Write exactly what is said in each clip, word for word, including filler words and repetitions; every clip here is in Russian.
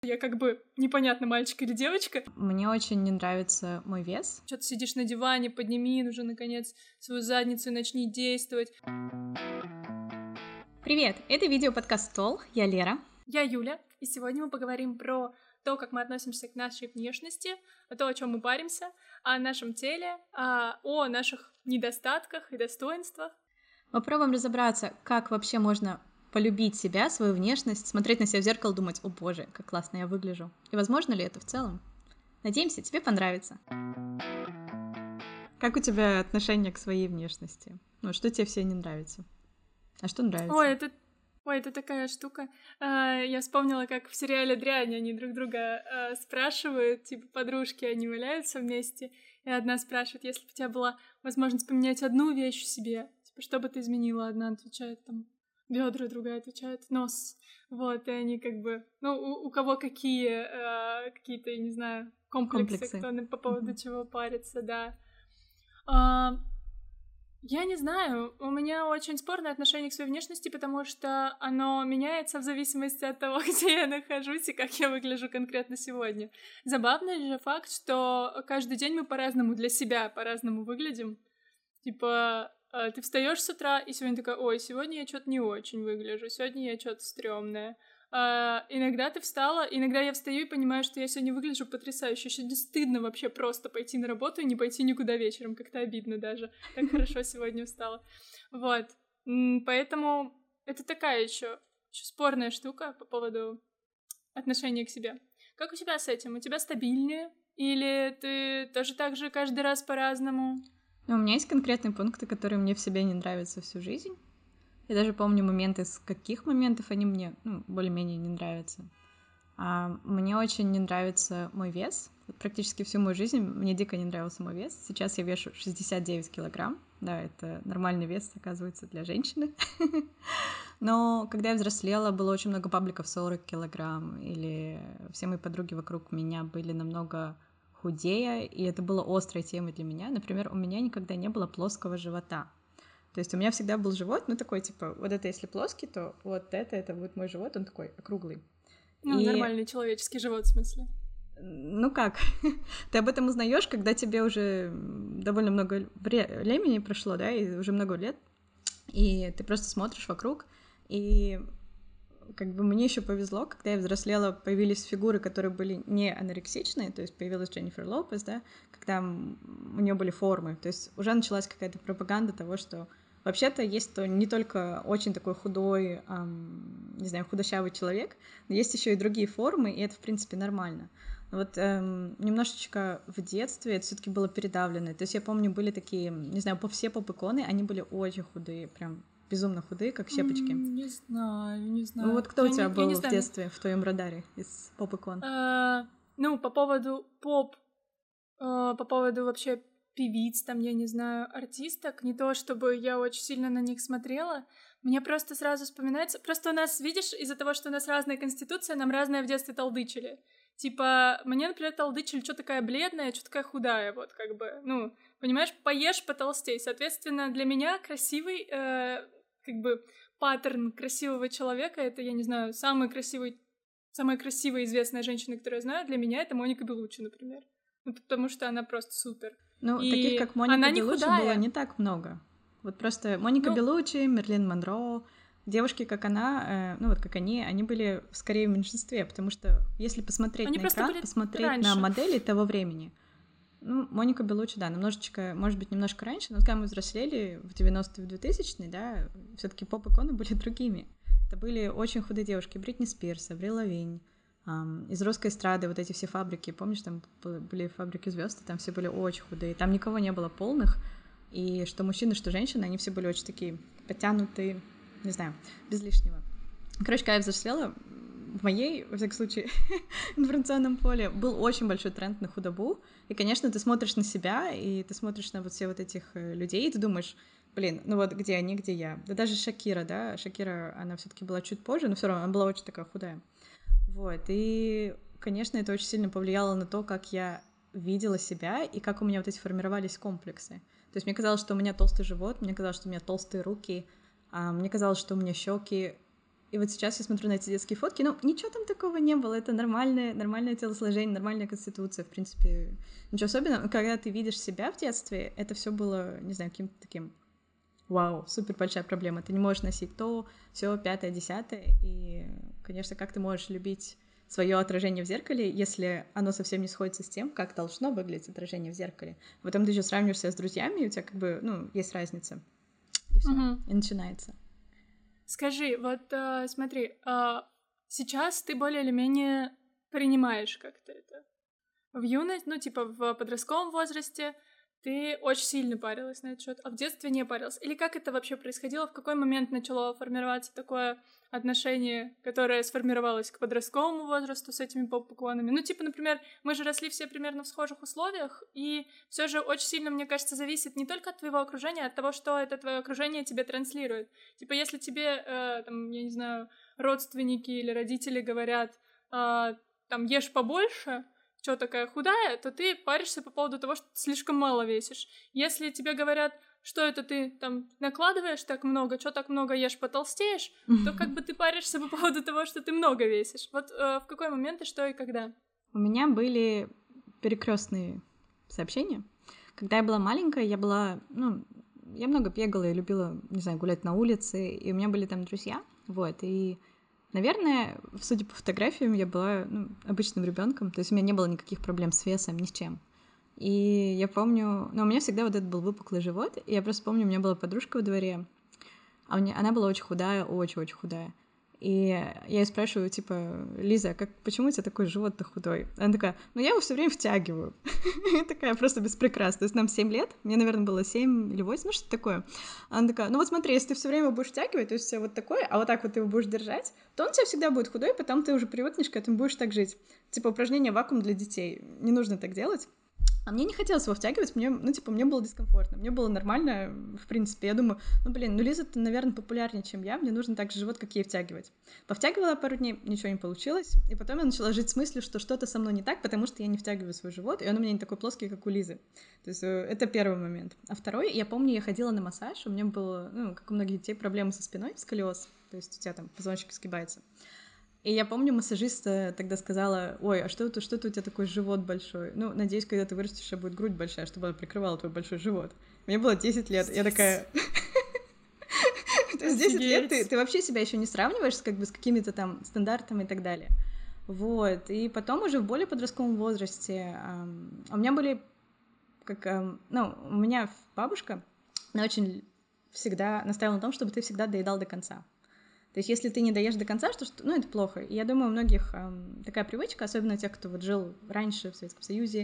Я как бы непонятно, мальчик или девочка. Мне очень не нравится мой вес. Что ты сидишь на диване, подними уже, наконец, свою задницу и начни действовать. Привет, это видео-подкаст «Стол». Я Лера. Я Юля, и сегодня мы поговорим про то, как мы относимся к нашей внешности, то, о чем мы паримся, о нашем теле, о наших недостатках и достоинствах. Попробуем разобраться, как вообще можно полюбить себя, свою внешность, смотреть на себя в зеркало, думать: «О боже, как классно я выгляжу». И возможно ли это в целом? Надеемся, тебе понравится. Как у тебя отношение к своей внешности? Ну, что тебе все не нравится? А что нравится? Ой, это, ой, это такая штука. Я вспомнила, как в сериале «Дрянь» они друг друга спрашивают, типа подружки, они валяются вместе, и одна спрашивает: если бы у тебя была возможность поменять одну вещь в себе, типа, что бы ты изменила? Одна отвечает там бедра, другая отвечает нос. Вот, и они как бы, ну, у, у кого какие э, какие-то, я не знаю, комплексы, Комплексы. кто по поводу Mm-hmm. чего парится, да. А, я не знаю, у меня очень спорное отношение к своей внешности, потому что оно меняется в зависимости от того, где я нахожусь и как я выгляжу конкретно сегодня. Забавный же факт, что каждый день мы по-разному для себя по-разному выглядим. Типа, ты встаешь с утра, и сегодня такая: ой, сегодня я что-то не очень выгляжу, сегодня я что-то стрёмная. А, иногда ты встала, иногда я встаю и понимаю, что я сегодня выгляжу потрясающе. Сегодня стыдно вообще просто пойти на работу и не пойти никуда вечером, как-то обидно даже. Так хорошо сегодня встала. Вот. Поэтому это такая еще спорная штука по поводу отношения к себе. Как у тебя с этим? У тебя стабильнее? Или ты тоже так же каждый раз по-разному? Ну, у меня есть конкретные пункты, которые мне в себе не нравятся всю жизнь. Я даже помню моменты, с каких моментов они мне, ну, более-менее не нравятся. А мне очень не нравится мой вес. Вот практически всю мою жизнь мне дико не нравился мой вес. Сейчас я вешу шестьдесят девять килограмм. Да, это нормальный вес, оказывается, для женщины. Но когда я взрослела, было очень много пабликов сорок килограмм, или все мои подруги вокруг меня были намного худее, и это было острой темой для меня. Например, у меня никогда не было плоского живота. То есть у меня всегда был живот, ну, такой, типа, вот это если плоский, то вот это, это будет мой живот, он такой округлый. Ну, и... нормальный человеческий живот, в смысле. Ну как? Ты об этом узнаешь, когда тебе уже довольно много времени прошло, да, и уже много лет, и ты просто смотришь вокруг, и как бы мне еще повезло, когда я взрослела, появились фигуры, которые были не анорексичные, то есть появилась Дженнифер Лопес, да, когда у нее были формы, то есть уже началась какая-то пропаганда того, что вообще-то есть то не только очень такой худой, эм, не знаю, худощавый человек, но есть еще и другие формы, и это, в принципе, нормально. Но вот эм, немножечко в детстве это все-таки было передавлено. То есть я помню, были такие, не знаю, по все поп-иконы, они были очень худые, прям безумно худые, как щепочки. Mm, не знаю, не знаю. Ну вот кто я у тебя не, был в детстве в твоем радаре из поп-икон? Uh, ну, по поводу поп, uh, по поводу вообще певиц, там, я не знаю, артисток, не то чтобы я очень сильно на них смотрела, мне просто сразу вспоминается... Просто у нас, видишь, из-за того, что у нас разная конституция, нам разное в детстве толдычили. Типа, мне, например, толдычили, что такая бледная, что такая худая, вот, как бы, ну, понимаешь, поешь, потолстей. Соответственно, для меня красивый, э, как бы, паттерн красивого человека — это, я не знаю, самый красивый, самая красивая известная женщина, которую я знаю, для меня это Моника Беллуччи, например. Ну, потому что она просто супер. Ну, и таких, как Моника она Беллуччи, не было не так много. Вот просто Моника ну, Беллуччи, Мерлин Монро, девушки, как она, э, ну вот как они, они были скорее в меньшинстве, потому что если посмотреть они на экран, посмотреть раньше. на модели того времени, ну, Моника Беллуччи, да, немножечко, может быть, немножко раньше, но когда мы взрослели в девяностые, в двухтысячные, да, все-таки поп-иконы были другими. Это были очень худые девушки, Бритни Спирс, Аврил Лавинь, Um, из русской эстрады вот эти все фабрики, помнишь, там были фабрики звезд, там все были очень худые, там никого не было полных, и что мужчины, что женщины, они все были очень такие подтянутые, не знаю, без лишнего. Короче, когда я взрослела, в моей, во всяком случае, информационном поле был очень большой тренд на худобу, и, конечно, ты смотришь на себя, и ты смотришь на вот все вот этих людей, и ты думаешь: блин, ну вот где они, где я. Да даже Шакира, да, Шакира, она все-таки была чуть позже, но все равно она была очень такая худая. Вот, и, конечно, это очень сильно повлияло на то, как я видела себя и как у меня вот эти формировались комплексы. То есть мне казалось, что у меня толстый живот, мне казалось, что у меня толстые руки, а мне казалось, что у меня щеки И вот сейчас я смотрю на эти детские фотки, ну, ничего там такого не было, это нормальное, нормальное телосложение, нормальная конституция, в принципе, ничего особенного. Когда ты видишь себя в детстве, это все было, не знаю, каким-то таким, вау, супер большая проблема. Ты не можешь носить то, все пятое, десятое, и, конечно, как ты можешь любить свое отражение в зеркале, если оно совсем не сходится с тем, как должно выглядеть отражение в зеркале. Потом ты еще сравниваешь себя с друзьями, и у тебя как бы, ну, есть разница. И все, угу. И начинается. Скажи, вот э, смотри, э, сейчас ты более или менее принимаешь как-то это. В юности, ну, типа, в подростковом возрасте ты очень сильно парилась на этот счет, а в детстве не парилась. Или как это вообще происходило? В какой момент начало формироваться такое отношение, которое сформировалось к подростковому возрасту с этими поп-иконами? Ну, типа, например, мы же росли все примерно в схожих условиях, и все же очень сильно, мне кажется, зависит не только от твоего окружения, а от того, что это твое окружение тебе транслирует. Типа, если тебе, э, там, я не знаю, родственники или родители говорят, э, там, ешь побольше, что такая худая, то ты паришься по поводу того, что ты слишком мало весишь. Если тебе говорят, что это ты там накладываешь так много, что так много ешь, потолстеешь, то как бы ты паришься по поводу того, что ты много весишь. Вот э, в какой момент и что и когда? У меня были перекрестные сообщения. Когда я была маленькая, я была, ну, я много бегала, я любила, не знаю, гулять на улице, и у меня были там друзья, вот, и наверное, судя по фотографиям, я была, ну, обычным ребенком, то есть у меня не было никаких проблем с весом, ни с чем. И я помню, ну, у меня всегда вот этот был выпуклый живот, и я просто помню, у меня была подружка во дворе, а у нее, она была очень худая, очень-очень худая. И я ее спрашиваю, типа, Лиза, как, почему у тебя такой живот-то худой? Она такая, ну, я его все время втягиваю. Такая просто беспрекрасная. То есть нам семь лет, мне, наверное, было семь или восемь, ну, что такое. Она такая, ну, вот смотри, если ты все время будешь втягивать, то есть у тебя вот такое, а вот так вот ты его будешь держать, то он у тебя всегда будет худой, потом ты уже привыкнешь к этому, будешь так жить. Типа упражнение вакуум для детей. Не нужно так делать. А мне не хотелось его втягивать, мне, ну, типа, мне было дискомфортно, мне было нормально, в принципе. Я думаю, ну, блин, ну, Лиза-то, наверное, популярнее, чем я, мне нужно так же живот, как ей, втягивать. Повтягивала пару дней, ничего не получилось, и потом я начала жить с мыслью, что что-то со мной не так, потому что я не втягиваю свой живот, и он у меня не такой плоский, как у Лизы. То есть это первый момент. А второй, я помню, я ходила на массаж, у меня было, ну, как у многих детей, проблемы со спиной, сколиоз, то есть у тебя там позвоночник сгибается. И я помню, массажист тогда сказала, ой, а что это, что это у тебя такой живот большой? Ну, надеюсь, когда ты вырастешь, у тебя будет грудь большая, чтобы она прикрывала твой большой живот. Мне было десять лет, я такая... То есть десять лет ты вообще себя еще не сравниваешь как бы с какими-то там стандартами и так далее. Вот. И потом уже в более подростковом возрасте у меня были как... Ну, у меня бабушка, она очень всегда настаивала на том, чтобы ты всегда доедал до конца. То есть если ты не доешь до конца, что, ну, это плохо. И я думаю, у многих эм, такая привычка, особенно тех, кто вот жил раньше в Советском Союзе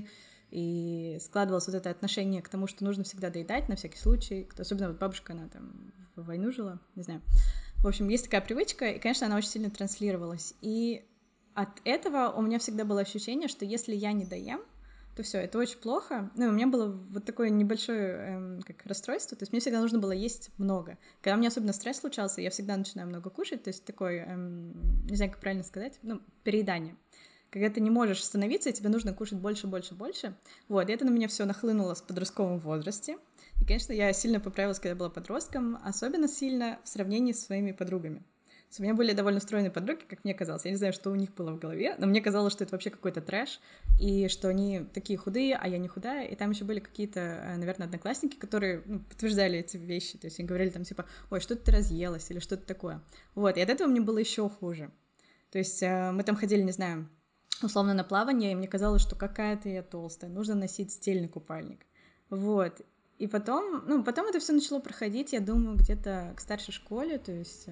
и складывалось вот это отношение к тому, что нужно всегда доедать на всякий случай. Кто, особенно вот бабушка, она там в войну жила, не знаю. В общем, есть такая привычка, и, конечно, она очень сильно транслировалась. И от этого у меня всегда было ощущение, что если я не доем, то все, это очень плохо. Ну, у меня было вот такое небольшое эм, как расстройство, то есть мне всегда нужно было есть много. Когда у меня особенно стресс случался, я всегда начинаю много кушать, то есть такой, эм, не знаю, как правильно сказать, ну, переедание. Когда ты не можешь остановиться, и тебе нужно кушать больше, больше, больше. Вот, и это на меня все нахлынуло в подростковом возрасте. И, конечно, я сильно поправилась, когда была подростком, особенно сильно в сравнении с своими подругами. У меня были довольно стройные подруги, как мне казалось. Я не знаю, что у них было в голове, но мне казалось, что это вообще какой-то трэш, и что они такие худые, а я не худая. И там еще были какие-то, наверное, одноклассники, которые, ну, подтверждали эти вещи. То есть они говорили там типа, ой, что ты разъелась или что-то такое. Вот, и от этого мне было еще хуже. То есть мы там ходили, не знаю, условно на плавание, и мне казалось, что какая-то я толстая, нужно носить стильный купальник. Вот. И потом, ну, потом это все начало проходить, я думаю, где-то к старшей школе, то есть...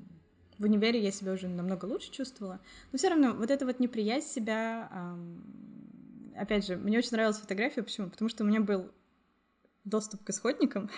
В универе я себя уже намного лучше чувствовала. Но все равно вот эта вот неприязнь себя... Эм, опять же, мне очень нравилась фотография. Почему? Потому что у меня был доступ к исходникам.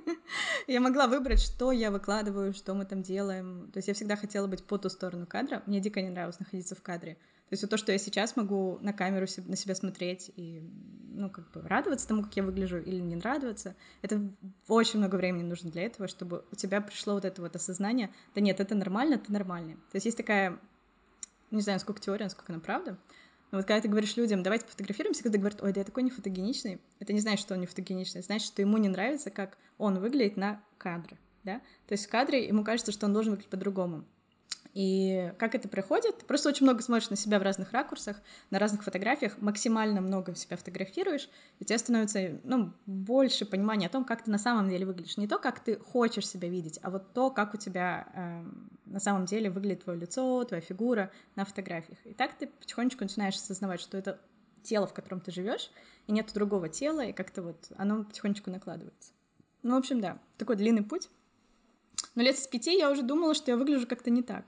Я могла выбрать, что я выкладываю, что мы там делаем. То есть я всегда хотела быть по ту сторону кадра. Мне дико не нравилось находиться в кадре. То есть вот то, что я сейчас могу на камеру на себя смотреть и, ну, как бы радоваться тому, как я выгляжу, или не радоваться, это очень много времени нужно для этого, чтобы у тебя пришло вот это вот осознание, да нет, это нормально, ты нормальный. То есть есть такая, не знаю, сколько теория, насколько она правда, но вот когда ты говоришь людям, давайте пофотографируемся, когда говорят, ой, да я такой не фотогеничный, это не значит, что он не фотогеничный, это значит, что ему не нравится, как он выглядит на кадре, да? То есть в кадре ему кажется, что он должен выглядеть по-другому. И как это проходит? Ты просто очень много смотришь на себя в разных ракурсах, на разных фотографиях, максимально много себя фотографируешь, и у тебя становится, ну, больше понимания о том, как ты на самом деле выглядишь. Не то, как ты хочешь себя видеть, а вот то, как у тебя э, на самом деле выглядит твое лицо, твоя фигура на фотографиях. И так ты потихонечку начинаешь осознавать, что это тело, в котором ты живешь, и нет другого тела, и как-то вот оно потихонечку накладывается. Ну, в общем, да, такой длинный путь. Но лет с пяти я уже думала, что я выгляжу как-то не так.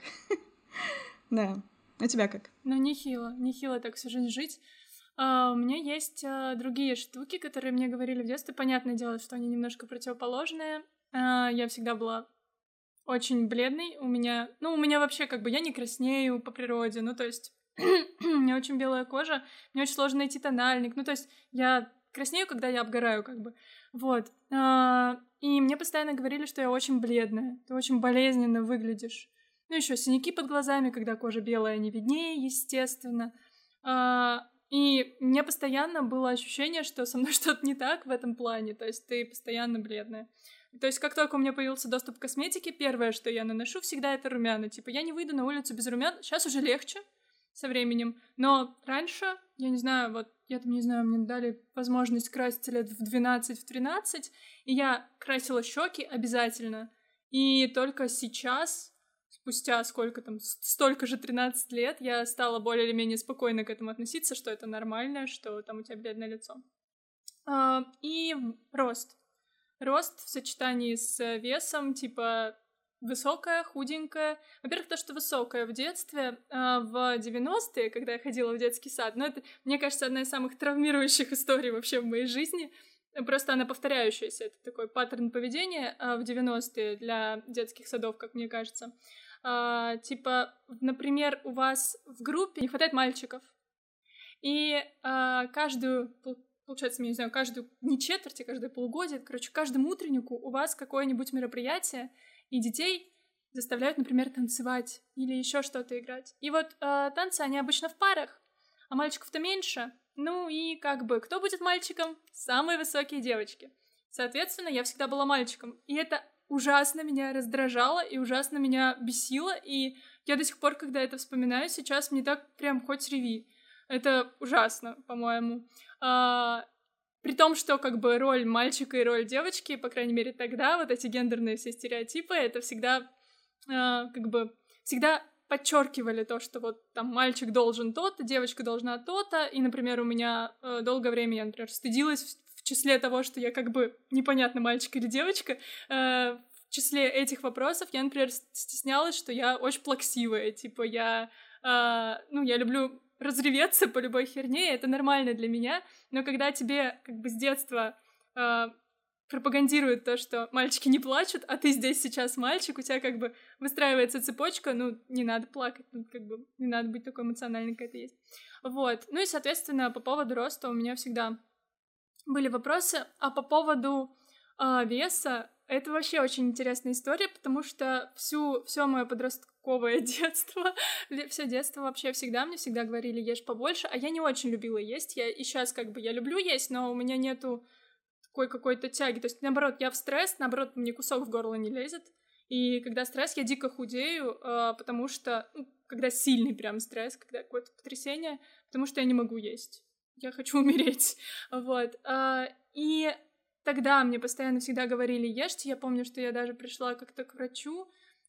Да. А у тебя как? Ну, нехило, нехило так всю жизнь жить. Uh, у меня есть uh, другие штуки, которые мне говорили в детстве. Понятное дело, что они немножко противоположные. Uh, я всегда была очень бледной. У меня... Ну, у меня вообще как бы... Я не краснею по природе. Ну, то есть... у меня очень белая кожа. Мне очень сложно найти тональник. Ну, то есть я краснею, когда я обгораю, как бы. Вот. Uh, и мне постоянно говорили, что я очень бледная. Ты очень болезненно выглядишь. Ну, еще синяки под глазами, когда кожа белая, не виднее, естественно. Uh, И мне постоянно было ощущение, что со мной что-то не так в этом плане, то есть ты постоянно бледная. То есть как только у меня появился доступ к косметике, первое, что я наношу, всегда это румяна. Типа я не выйду на улицу без румян, сейчас уже легче со временем, но раньше, я не знаю, вот я там не знаю, мне дали возможность краситься лет в двенадцать, в тринадцать, и я красила щеки обязательно, и только сейчас... Спустя сколько там, столько же тринадцать лет, я стала более или менее спокойно к этому относиться, что это нормально, что там у тебя бледное лицо. И рост. Рост в сочетании с весом, типа высокая, худенькая. Во-первых, то, что высокая в детстве, в девяностые, когда я ходила в детский сад, ну, это, мне кажется, одна из самых травмирующих историй вообще в моей жизни. Просто она повторяющаяся. Это такой паттерн поведения в девяностые для детских садов, как мне кажется. Uh, типа, например, у вас в группе не хватает мальчиков, и uh, каждую, получается, я не знаю, каждую, не четверть, а каждое полугодие, короче, каждому утреннику у вас какое-нибудь мероприятие, и детей заставляют, например, танцевать или еще что-то играть. И вот uh, танцы, они обычно в парах, а мальчиков-то меньше. Ну и как бы, кто будет мальчиком? Самые высокие девочки. Соответственно, я всегда была мальчиком, и это ужасно меня раздражало и ужасно меня бесило, и я до сих пор, когда это вспоминаю, сейчас мне так прям хоть реви. Это ужасно, по-моему. А, при том, что как бы роль мальчика и роль девочки, по крайней мере тогда, вот эти гендерные все стереотипы, это всегда а, как бы всегда подчеркивали то, что вот там мальчик должен то-то, девочка должна то-то, и, например, у меня э, долгое время я, например, стыдилась в числе того, что я как бы непонятно, мальчик или девочка, э, в числе этих вопросов я, например, стеснялась, что я очень плаксивая, типа я, э, ну, я люблю разреветься по любой херне, это нормально для меня, но когда тебе как бы с детства э, пропагандируют то, что мальчики не плачут, а ты здесь сейчас мальчик, у тебя как бы выстраивается цепочка, ну, не надо плакать, ну, как бы не надо быть такой эмоциональной, как это есть. Вот, ну и, соответственно, по поводу роста у меня всегда были вопросы, а по поводу э, веса, это вообще очень интересная история, потому что всю, все мое подростковое детство, все детство вообще всегда мне всегда говорили, ешь побольше, а я не очень любила есть, я и сейчас как бы я люблю есть, но у меня нету такой какой-то тяги, то есть наоборот, я в стресс, наоборот, мне кусок в горло не лезет, и когда стресс, я дико худею, э, потому что, ну, когда сильный прям стресс, когда какое-то потрясение, потому что я не могу есть. Я хочу умереть, вот, и тогда мне постоянно всегда говорили, ешьте, я помню, что я даже пришла как-то к врачу,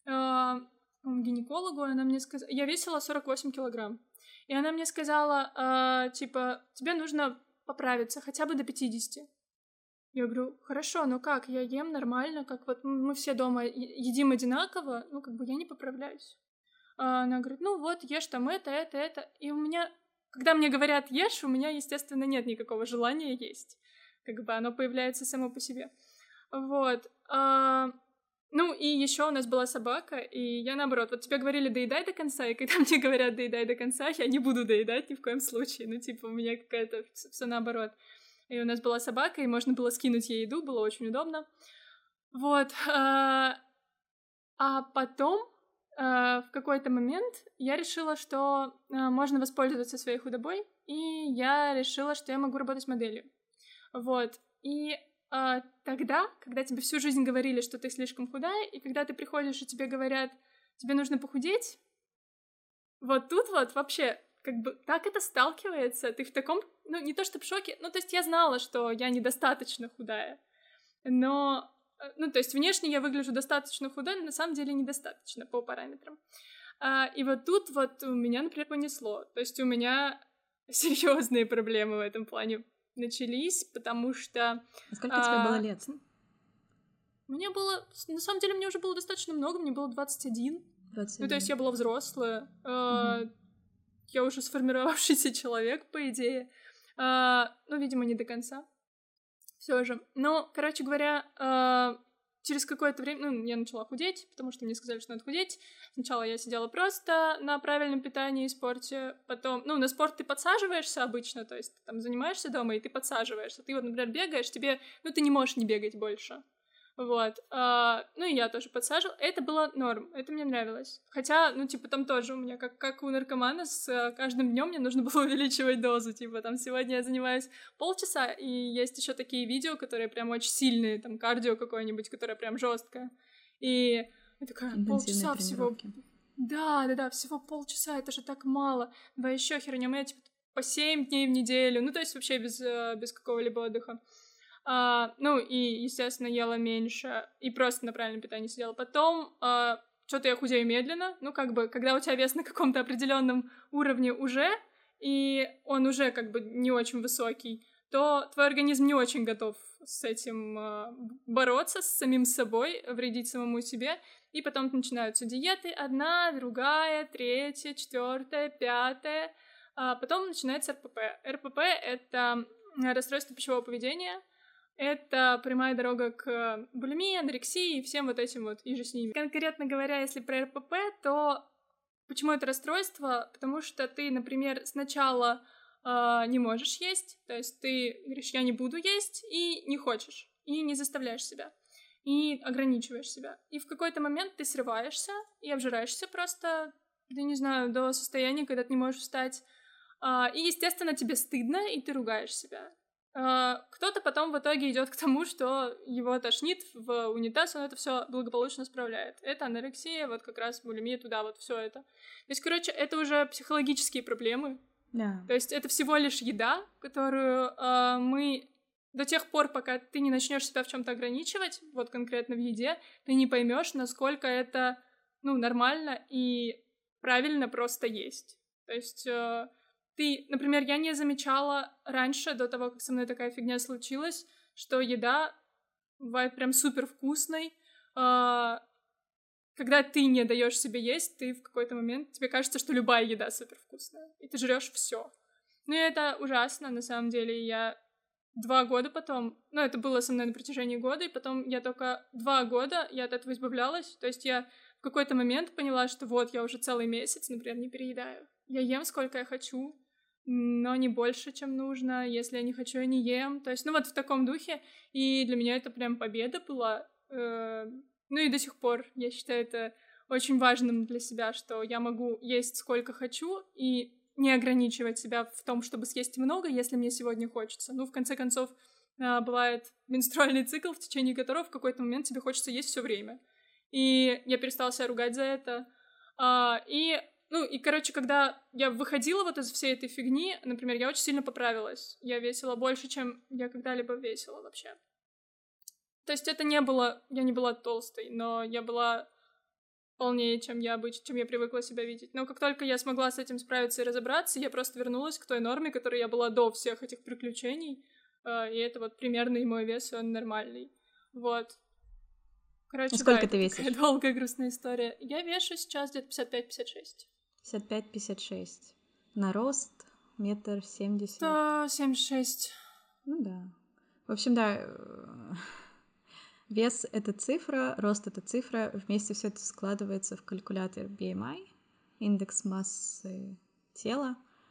гинекологу, она мне сказала, я весила сорок восемь килограмм, и она мне сказала, типа, тебе нужно поправиться хотя бы до пятидесяти. Я говорю, хорошо, но как, я ем нормально, как вот мы все дома едим одинаково, ну, как бы я не поправляюсь. Она говорит, ну вот, ешь там это, это, это, и у меня... Когда мне говорят «ешь», у меня, естественно, нет никакого желания есть. Как бы оно появляется само по себе. Вот. А, ну, и еще у нас была собака, и я наоборот. Вот тебе говорили «доедай до конца», и когда мне говорят «доедай до конца», я не буду доедать ни в коем случае. Ну, типа, у меня какая-то все наоборот. И у нас была собака, и можно было скинуть ей еду, было очень удобно. Вот. А, а потом... Uh, в какой-то момент я решила, что uh, можно воспользоваться своей худобой, и я решила, что я могу работать моделью. Вот. И uh, тогда, когда тебе всю жизнь говорили, что ты слишком худая, и когда ты приходишь, и тебе говорят, тебе нужно похудеть, вот тут вот вообще как бы так это сталкивается, ты в таком, ну, не то что в шоке, ну, то есть я знала, что я недостаточно худая, но, ну, то есть внешне я выгляжу достаточно худой, но на самом деле недостаточно по параметрам. А, и вот тут вот у меня, например, понесло, то есть у меня серьезные проблемы в этом плане начались, потому что... А сколько а, тебе было лет? Мне было... На самом деле, мне уже было достаточно много, мне было двадцать один. двадцать один. Ну, то есть я была взрослая, Угу. я уже сформировавшийся человек, по идее. Ну, видимо, не до конца. Все же. Но, короче говоря, через какое-то время, ну, я начала худеть, потому что мне сказали, что надо худеть. Сначала я сидела просто на правильном питании и спорте, потом, ну, на спорт ты подсаживаешься обычно, то есть ты там занимаешься дома, и ты подсаживаешься. Ты вот, например, бегаешь, тебе, ну, ты не можешь не бегать больше. Вот. А, ну, и я тоже подсаживала. Это было норм, это мне нравилось. Хотя, ну, типа, там тоже у меня, как, как у наркомана, с каждым днем мне нужно было увеличивать дозу. Типа, там, сегодня я занимаюсь полчаса, и есть еще такие видео, которые прям очень сильные, там, кардио какое-нибудь, которое прям жесткое. И я такая, полчаса всего... Да, да, да, всего полчаса, это же так мало. Давай еще хернем, я, типа, по семь дней в неделю, ну, то есть вообще без, без какого-либо отдыха. Uh, ну, и, естественно, ела меньше, и просто на правильном питании сидела. Потом uh, что-то я худею медленно, ну, как бы, когда у тебя вес на каком-то определенном уровне уже, и он уже, как бы, не очень высокий, то твой организм не очень готов с этим uh, бороться, с самим собой, вредить самому себе, и потом начинаются диеты, одна, другая, третья, четвертая, пятая, uh, потом начинается эр пэ пэ. эр пэ пэ — это расстройство пищевого поведения. Это прямая дорога к булимии, анорексии и всем вот этим вот, и же с ними. Конкретно говоря, если про эр пэ пэ, то почему это расстройство? Потому что ты, например, сначала э, не можешь есть, то есть ты говоришь, я не буду есть, и не хочешь, и не заставляешь себя, и ограничиваешь себя. И в какой-то момент ты срываешься и обжираешься просто, я не знаю, до состояния, когда ты не можешь встать. Э, и, естественно, тебе стыдно, и ты ругаешь себя. Кто-то потом в итоге идет к тому, что его тошнит в унитаз, он это все благополучно справляет. Это анорексия, вот как раз булимия, туда вот все это. То есть, короче, это уже психологические проблемы. Да. То есть это всего лишь еда, которую э, мы до тех пор, пока ты не начнешь себя в чем-то ограничивать, вот конкретно в еде, ты не поймешь, насколько это, ну, нормально и правильно просто есть. То есть э, ты, например, я не замечала раньше, до того, как со мной такая фигня случилась, что еда бывает прям супер вкусной. Э, когда ты не даешь себе есть, ты в какой-то момент, тебе кажется, что любая еда супер вкусная, и ты жрешь все. Ну и это ужасно, на самом деле. Я два года потом, ну это было со мной на протяжении года, и потом я только два года я от этого избавлялась. То есть я в какой-то момент поняла, что вот я уже целый месяц, например, не переедаю. Я ем сколько я хочу, но не больше, чем нужно. Если я не хочу, я не ем. То есть, ну вот в таком духе. И для меня это прям победа была. Ну и до сих пор я считаю это очень важным для себя, что я могу есть сколько хочу и не ограничивать себя в том, чтобы съесть много, если мне сегодня хочется. Ну, в конце концов, бывает менструальный цикл, в течение которого в какой-то момент тебе хочется есть все время. И я перестала себя ругать за это. И, ну, и, короче, когда я выходила вот из всей этой фигни, например, я очень сильно поправилась. Я весила больше, чем я когда-либо весила вообще. То есть это не было... Я не была толстой, но я была полнее, чем я обычно, чем я привыкла себя видеть. Но как только я смогла с этим справиться и разобраться, я просто вернулась к той норме, которой я была до всех этих приключений. И это вот примерный мой вес, он нормальный. Вот. Короче, а сколько да, ты весишь? Такая долгая грустная история. Я вешу сейчас где-то пятьдесят пять пятьдесят шесть. пятьдесят пять пятьдесят шесть. На рост метр семьдесят. сто семьдесят шесть. Ну да. В общем, да... Вес — это цифра, рост — это цифра, вместе все это складывается в калькулятор би эм ай, индекс массы тела.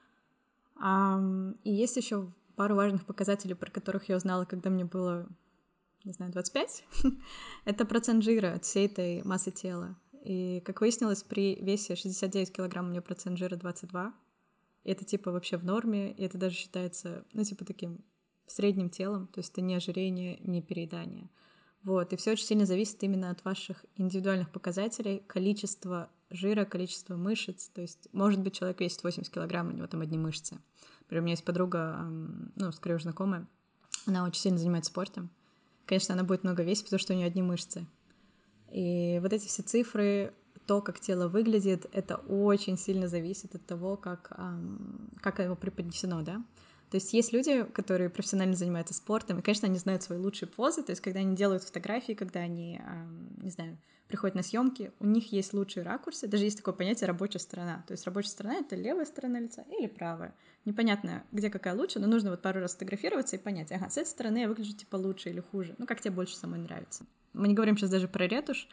И есть еще пару важных показателей, про которых я узнала, когда мне было, не знаю, двадцать пять. Это процент жира от всей этой массы тела. И, как выяснилось, при весе шестьдесят девять килограмм у меня процент жира двадцать два. И это типа вообще в норме, и это даже считается, ну, типа таким средним телом, то есть это не ожирение, не переедание. Вот, и все очень сильно зависит именно от ваших индивидуальных показателей, количества жира, количество мышц. То есть, может быть, человек весит восемьдесят килограмм, у него там одни мышцы. Например, у меня есть подруга, ну, скорее уже знакомая, она очень сильно занимается спортом. Конечно, она будет много весить, потому что у нее одни мышцы. И вот эти все цифры, то, как тело выглядит, это очень сильно зависит от того, как, как его преподнесено, да. То есть есть люди, которые профессионально занимаются спортом, и, конечно, они знают свои лучшие позы, то есть когда они делают фотографии, когда они, не знаю, приходят на съемки, у них есть лучшие ракурсы, даже есть такое понятие рабочая сторона. То есть рабочая сторона — это левая сторона лица или правая. Непонятно, где какая лучше, но нужно вот пару раз фотографироваться и понять, ага, с этой стороны я выгляжу типа лучше или хуже, ну, как тебе больше самой нравится. Мы не говорим сейчас даже про ретушь,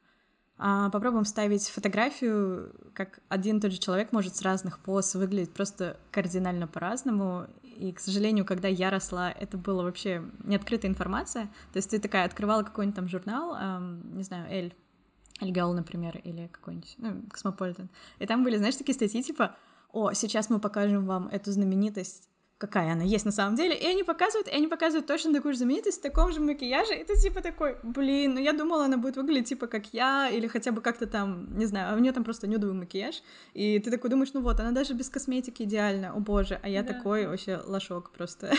а попробуем вставить фотографию, как один и тот же человек может с разных поз выглядеть просто кардинально по-разному. И, к сожалению, когда я росла, это была вообще неоткрытая информация. То есть ты такая открывала какой-нибудь там журнал, эм, не знаю, «Эль», «Эль Girl», например, или какой-нибудь, ну, «Космополитен». И там были, знаешь, такие статьи типа «О, сейчас мы покажем вам эту знаменитость, какая она есть на самом деле», и они показывают, и они показывают точно такую же знаменитость в таком же макияже, и ты типа такой, блин, ну я думала, она будет выглядеть типа как я, или хотя бы как-то там, не знаю, а у нее там просто нюдовый макияж, и ты такой думаешь, ну вот, она даже без косметики идеальна, о боже, а я да. такой вообще лошок просто.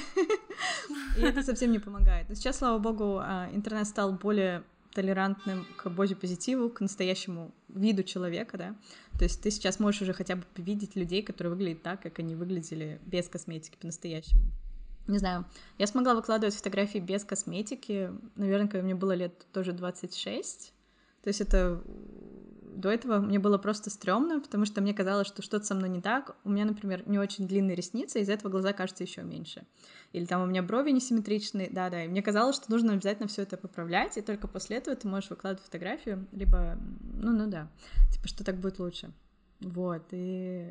И это совсем не помогает. Но сейчас, слава богу, интернет стал более толерантным к бодипозитиву, к настоящему виду человека, да, то есть ты сейчас можешь уже хотя бы видеть людей, которые выглядят так, как они выглядели без косметики по-настоящему. Не знаю, я смогла выкладывать фотографии без косметики, наверное, когда мне было лет тоже двадцать шесть, то есть это... До этого мне было просто стрёмно, потому что мне казалось, что что-то со мной не так. У меня, например, не очень длинные ресницы, из-за этого глаза кажутся еще меньше. Или там у меня брови несимметричные, да-да. И мне казалось, что нужно обязательно все это поправлять, и только после этого ты можешь выкладывать фотографию, либо, ну, ну да, типа, что так будет лучше. Вот, и...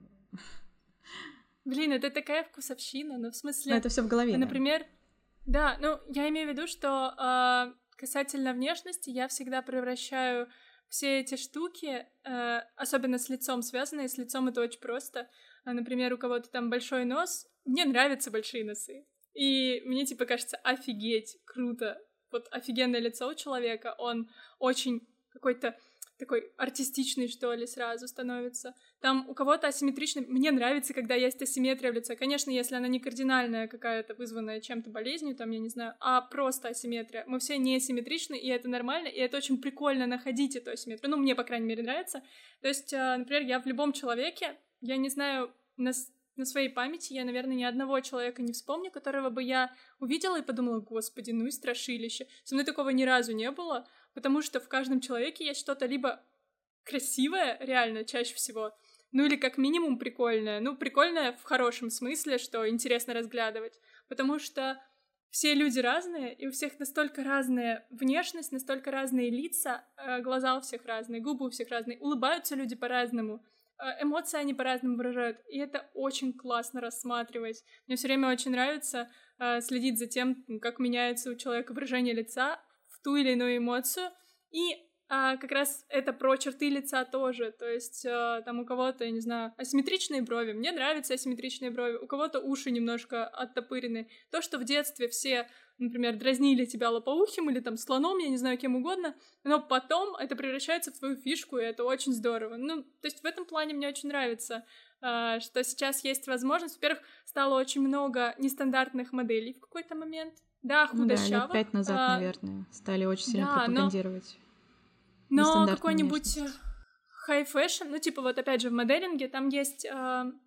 Блин, это такая вкусовщина, ну, в смысле... Но это все в голове, например, да, ну, я имею в виду, что э, касательно внешности я всегда превращаю все эти штуки, э, особенно с лицом связанные, с лицом это очень просто. Например, у кого-то там большой нос, мне нравятся большие носы. И мне, типа, кажется, офигеть, круто. Вот офигенное лицо у человека, он очень какой-то такой артистичный, что ли, сразу становится. Там у кого-то асимметричный. Мне нравится, когда есть асимметрия в лице. Конечно, если она не кардинальная какая-то, вызванная чем-то болезнью, там, я не знаю, а просто асимметрия. Мы все не асимметричны, и это нормально, и это очень прикольно находить эту асимметрию. Ну, мне, по крайней мере, нравится. То есть, например, я в любом человеке, я не знаю, на, на своей памяти я, наверное, ни одного человека не вспомню, которого бы я увидела и подумала, господи, ну и страшилище. Со мной такого ни разу не было, потому что в каждом человеке есть что-то либо красивое, реально, чаще всего, ну или как минимум прикольное. Ну, прикольное в хорошем смысле, что интересно разглядывать, потому что все люди разные, и у всех настолько разная внешность, настолько разные лица, глаза у всех разные, губы у всех разные, улыбаются люди по-разному, эмоции они по-разному выражают, и это очень классно рассматривать. Мне все время очень нравится следить за тем, как меняется у человека выражение лица в ту или иную эмоцию, и а, как раз это про черты лица тоже, то есть а, там у кого-то, я не знаю, асимметричные брови, мне нравятся асимметричные брови, у кого-то уши немножко оттопырены, то, что в детстве все, например, дразнили тебя лопоухим или там слоном, я не знаю, кем угодно, но потом это превращается в твою фишку, и это очень здорово. Ну, то есть в этом плане мне очень нравится, а, что сейчас есть возможность, во-первых, стало очень много нестандартных моделей в какой-то момент. Да, худощавых. Ну да, лет пять назад, а, наверное, стали очень сильно да, пропагандировать. Но, но какой-нибудь хай-фэшн, ну, типа, вот опять же в моделинге там есть э,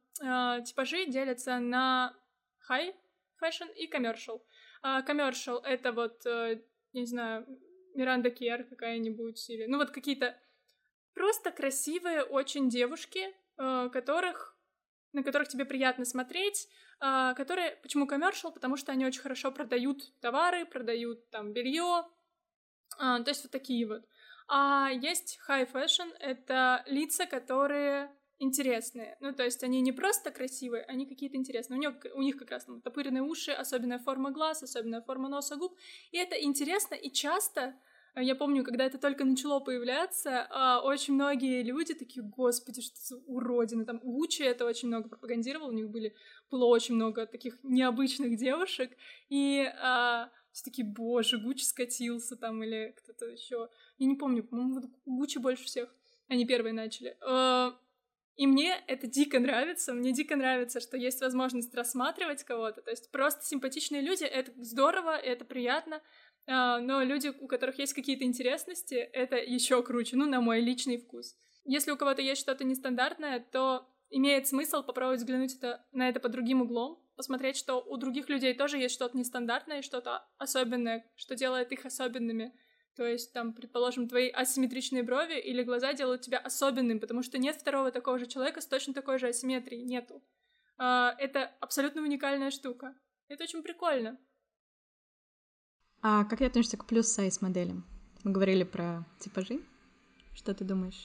э, типажи, делятся на хай-фэшн и коммершал. Коммершал — это вот, э, не знаю, Миранда Кер какая-нибудь, или, ну, вот какие-то просто красивые очень девушки, э, которых... на которых тебе приятно смотреть, э, которые... Почему коммершал? Потому что они очень хорошо продают товары, продают там белье, э, то есть вот такие вот. А есть high fashion — это лица, которые интересные. Ну, то есть они не просто красивые, они какие-то интересные. У них, у них как раз там топыренные уши, особенная форма глаз, особенная форма носа, губ. И это интересно, и часто... Я помню, когда это только начало появляться, очень многие люди такие, господи, что за уродина. Там Гуччи это очень много пропагандировал, у них были, было очень много таких необычных девушек, и а, все такие, боже, Гуччи скатился там, или кто-то еще. Я не помню, по-моему, Гуччи больше всех. Они первые начали. И мне это дико нравится. Мне дико нравится, что есть возможность рассматривать кого-то. То есть просто симпатичные люди — это здорово, это приятно. Но люди, у которых есть какие-то интересности, это еще круче, ну, на мой личный вкус. Если у кого-то есть что-то нестандартное, то имеет смысл попробовать взглянуть это, на это под другим углом, посмотреть, что у других людей тоже есть что-то нестандартное и что-то особенное, что делает их особенными. То есть, там, предположим, твои асимметричные брови или глаза делают тебя особенным, потому что нет второго такого же человека с точно такой же асимметрией, нету. Это абсолютно уникальная штука. Это очень прикольно. А как ты относишься к плюс-сайз моделям? Мы говорили про типажи. Что ты думаешь?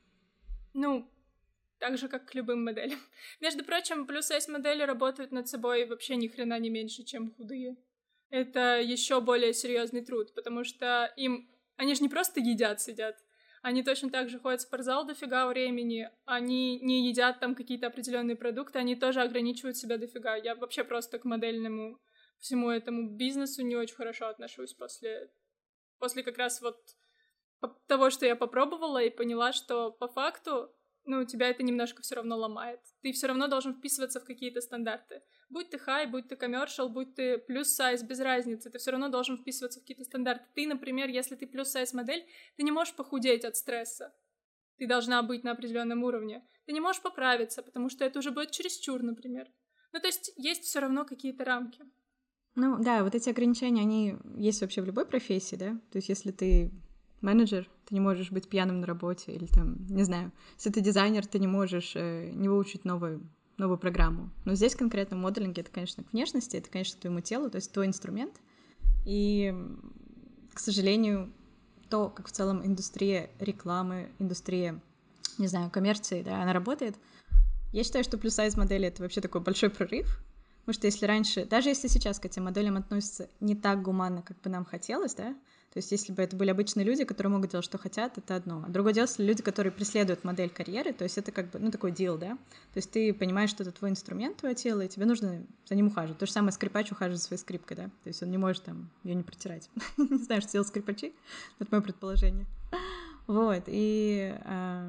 Ну, так же, как к любым моделям. Между прочим, плюс-сайз модели работают над собой вообще ни хрена не меньше, чем худые. Это еще более серьезный труд, потому что им... Они же не просто едят, сидят. Они точно так же ходят в спортзал дофига времени. Они не едят там какие-то определенные продукты, они тоже ограничивают себя дофига. Я вообще просто к модельному всему этому бизнесу не очень хорошо отношусь после... После как раз вот того, что я попробовала и поняла, что по факту, ну, тебя это немножко все равно ломает. Ты все равно должен вписываться в какие-то стандарты. Будь ты хай, будь ты коммершал, будь ты плюс-сайз, без разницы, ты все равно должен вписываться в какие-то стандарты. Ты, например, если ты плюс-сайз модель, ты не можешь похудеть от стресса. Ты должна быть на определенном уровне. Ты не можешь поправиться, потому что это уже будет чересчур, например. Ну, то есть есть все равно какие-то рамки. Ну, да, вот эти ограничения, они есть вообще в любой профессии, да? То есть если ты менеджер, ты не можешь быть пьяным на работе, или там, не знаю, если ты дизайнер, ты не можешь э, не выучить новую, новую программу. Но здесь конкретно в моделинге это, конечно, к внешности, это, конечно, к твоему телу, то есть твой инструмент. И, к сожалению, то, как в целом индустрия рекламы, индустрия, не знаю, коммерции, да, она работает, я считаю, что плюс-сайз модели — это вообще такой большой прорыв. Потому что если раньше, даже если сейчас к этим моделям относятся не так гуманно, как бы нам хотелось, да, то есть если бы это были обычные люди, которые могут делать, что хотят, это одно. А другое дело, если люди, которые преследуют модель карьеры, то есть это как бы, ну, такой дил, да, то есть ты понимаешь, что это твой инструмент, твое тело, и тебе нужно за ним ухаживать. То же самое скрипач ухаживает за своей скрипкой, да, то есть он не может там ее не протирать. Не знаю, что делают скрипачи, это мое предположение. Вот, и,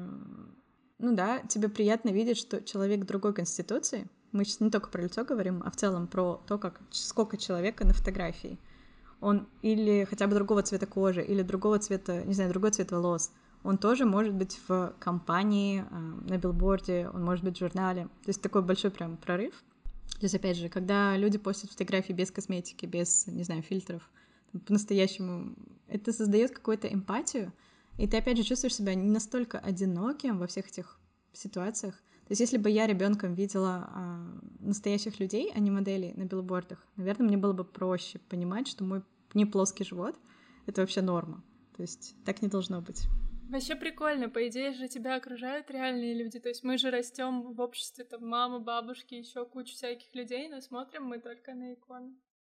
ну да, тебе приятно видеть, что человек другой конституции. Мы сейчас не только про лицо говорим, а в целом про то, как, сколько человека на фотографии. Он или хотя бы другого цвета кожи, или другого цвета, не знаю, другой цвет волос. Он тоже может быть в компании, на билборде, он может быть в журнале. То есть такой большой прям прорыв. То есть, опять же, когда люди постят фотографии без косметики, без, не знаю, фильтров, по-настоящему, это создает какую-то эмпатию, и ты, опять же, чувствуешь себя не настолько одиноким во всех этих ситуациях. То есть если бы я ребенком видела а, настоящих людей, а не моделей на билбордах, наверное, мне было бы проще понимать, что мой не плоский живот — это вообще норма. То есть так не должно быть. Вообще прикольно. По идее же тебя окружают реальные люди. То есть мы же растем в обществе, там, мама, бабушки, еще куча всяких людей, но смотрим мы только на иконы.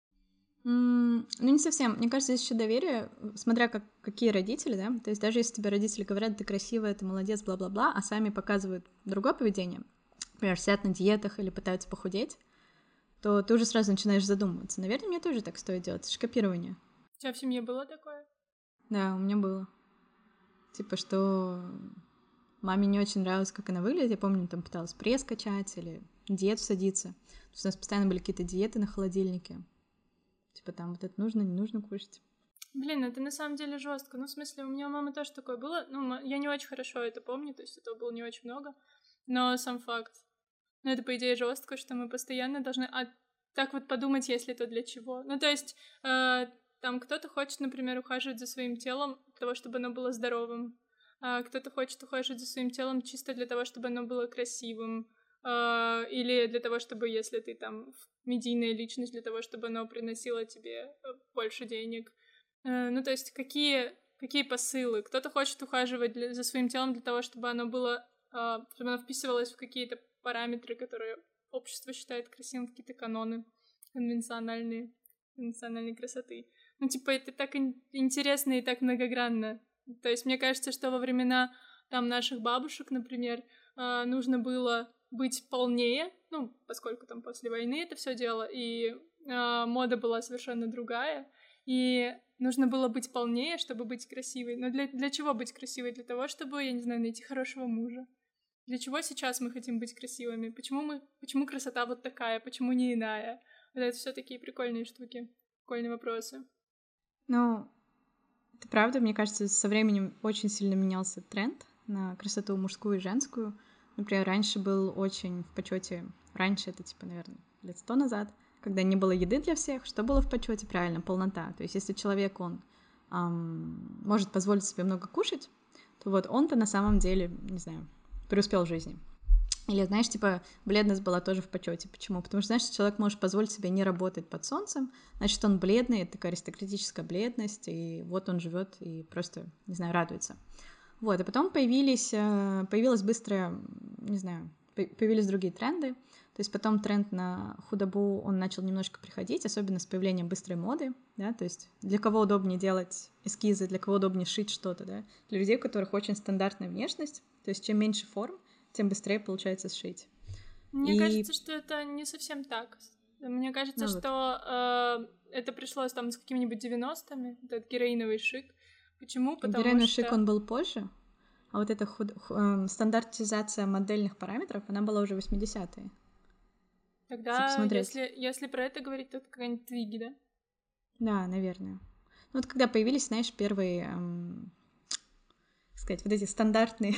Mm, ну, не совсем. Мне кажется, здесь еще доверие, смотря как, какие родители, да, то есть даже если тебе родители говорят, ты красивая, ты молодец, бла-бла-бла, а сами показывают другое поведение, например, сидят на диетах или пытаются похудеть, то ты уже сразу начинаешь задумываться. Наверное, мне тоже так стоит делать, это же копирование. У тебя в семье было такое? Да, у меня было. Типа, что маме не очень нравилось, как она выглядит, я помню, там пыталась пресс качать или диету садиться. То есть у нас постоянно были какие-то диеты на холодильнике. Типа там вот это нужно, не нужно кушать. Блин, это на самом деле жестко. Ну, в смысле, у меня у мамы тоже такое было. Ну, я не очень хорошо это помню, то есть этого было не очень много. Но сам факт. Ну, это, по идее, жестко, что мы постоянно должны... А так вот подумать, если это для чего. Ну, то есть, э, там кто-то хочет, например, ухаживать за своим телом для того, чтобы оно было здоровым. А кто-то хочет ухаживать за своим телом чисто для того, чтобы оно было красивым. Uh, или для того, чтобы, если ты там медийная личность, для того, чтобы оно приносило тебе больше денег. Uh, ну, то есть какие, какие посылы? Кто-то хочет ухаживать для, за своим телом для того, чтобы оно было, uh, чтобы оно вписывалось в какие-то параметры, которые общество считает красивым, в какие-то каноны конвенциональные, конвенциональной красоты. Ну, типа, это так ин- интересно и так многогранно. То есть мне кажется, что во времена там наших бабушек, например, uh, нужно было быть полнее, ну, поскольку там после войны это все дело, и э, мода была совершенно другая, и нужно было быть полнее, чтобы быть красивой. Но для, для чего быть красивой? Для того, чтобы, я не знаю, найти хорошего мужа. Для чего сейчас мы хотим быть красивыми? Почему мы, почему красота вот такая, почему не иная? Вот это все такие прикольные штуки, прикольные вопросы. Ну, это правда, мне кажется, со временем очень сильно менялся тренд на красоту мужскую и женскую. Например, раньше был очень в почете, раньше это типа, наверное, лет сто назад, когда не было еды для всех, что было в почете? Правильно, полнота. То есть если человек, он эм, может позволить себе много кушать, то вот он-то на самом деле, не знаю, преуспел в жизни. Или, знаешь, типа, бледность была тоже в почете. Почему? Потому что, знаешь, человек может позволить себе не работать под солнцем, значит, он бледный, это такая аристократическая бледность, и вот он живет и просто, не знаю, радуется. Вот, и потом появились, появилась быстрая, не знаю, появились другие тренды. То есть потом тренд на худобу, он начал немножко приходить, особенно с появлением быстрой моды, да, то есть для кого удобнее делать эскизы, для кого удобнее шить что-то, да, для людей, у которых очень стандартная внешность, то есть чем меньше форм, тем быстрее получается сшить. Мне и... кажется, что это не совсем так. Мне кажется, ну, что вот. э, это пришло там с какими-нибудь девяностыми, этот героиновый шик. Почему? Потому героиновый что... шик, он был позже, а вот эта худ... э, стандартизация модельных параметров, она была уже в восьмидесятые. Тогда, если, если про это говорить, то это какая-нибудь Твиги, да? Да, наверное. Ну вот когда появились, знаешь, первые, эм, как сказать, вот эти стандартные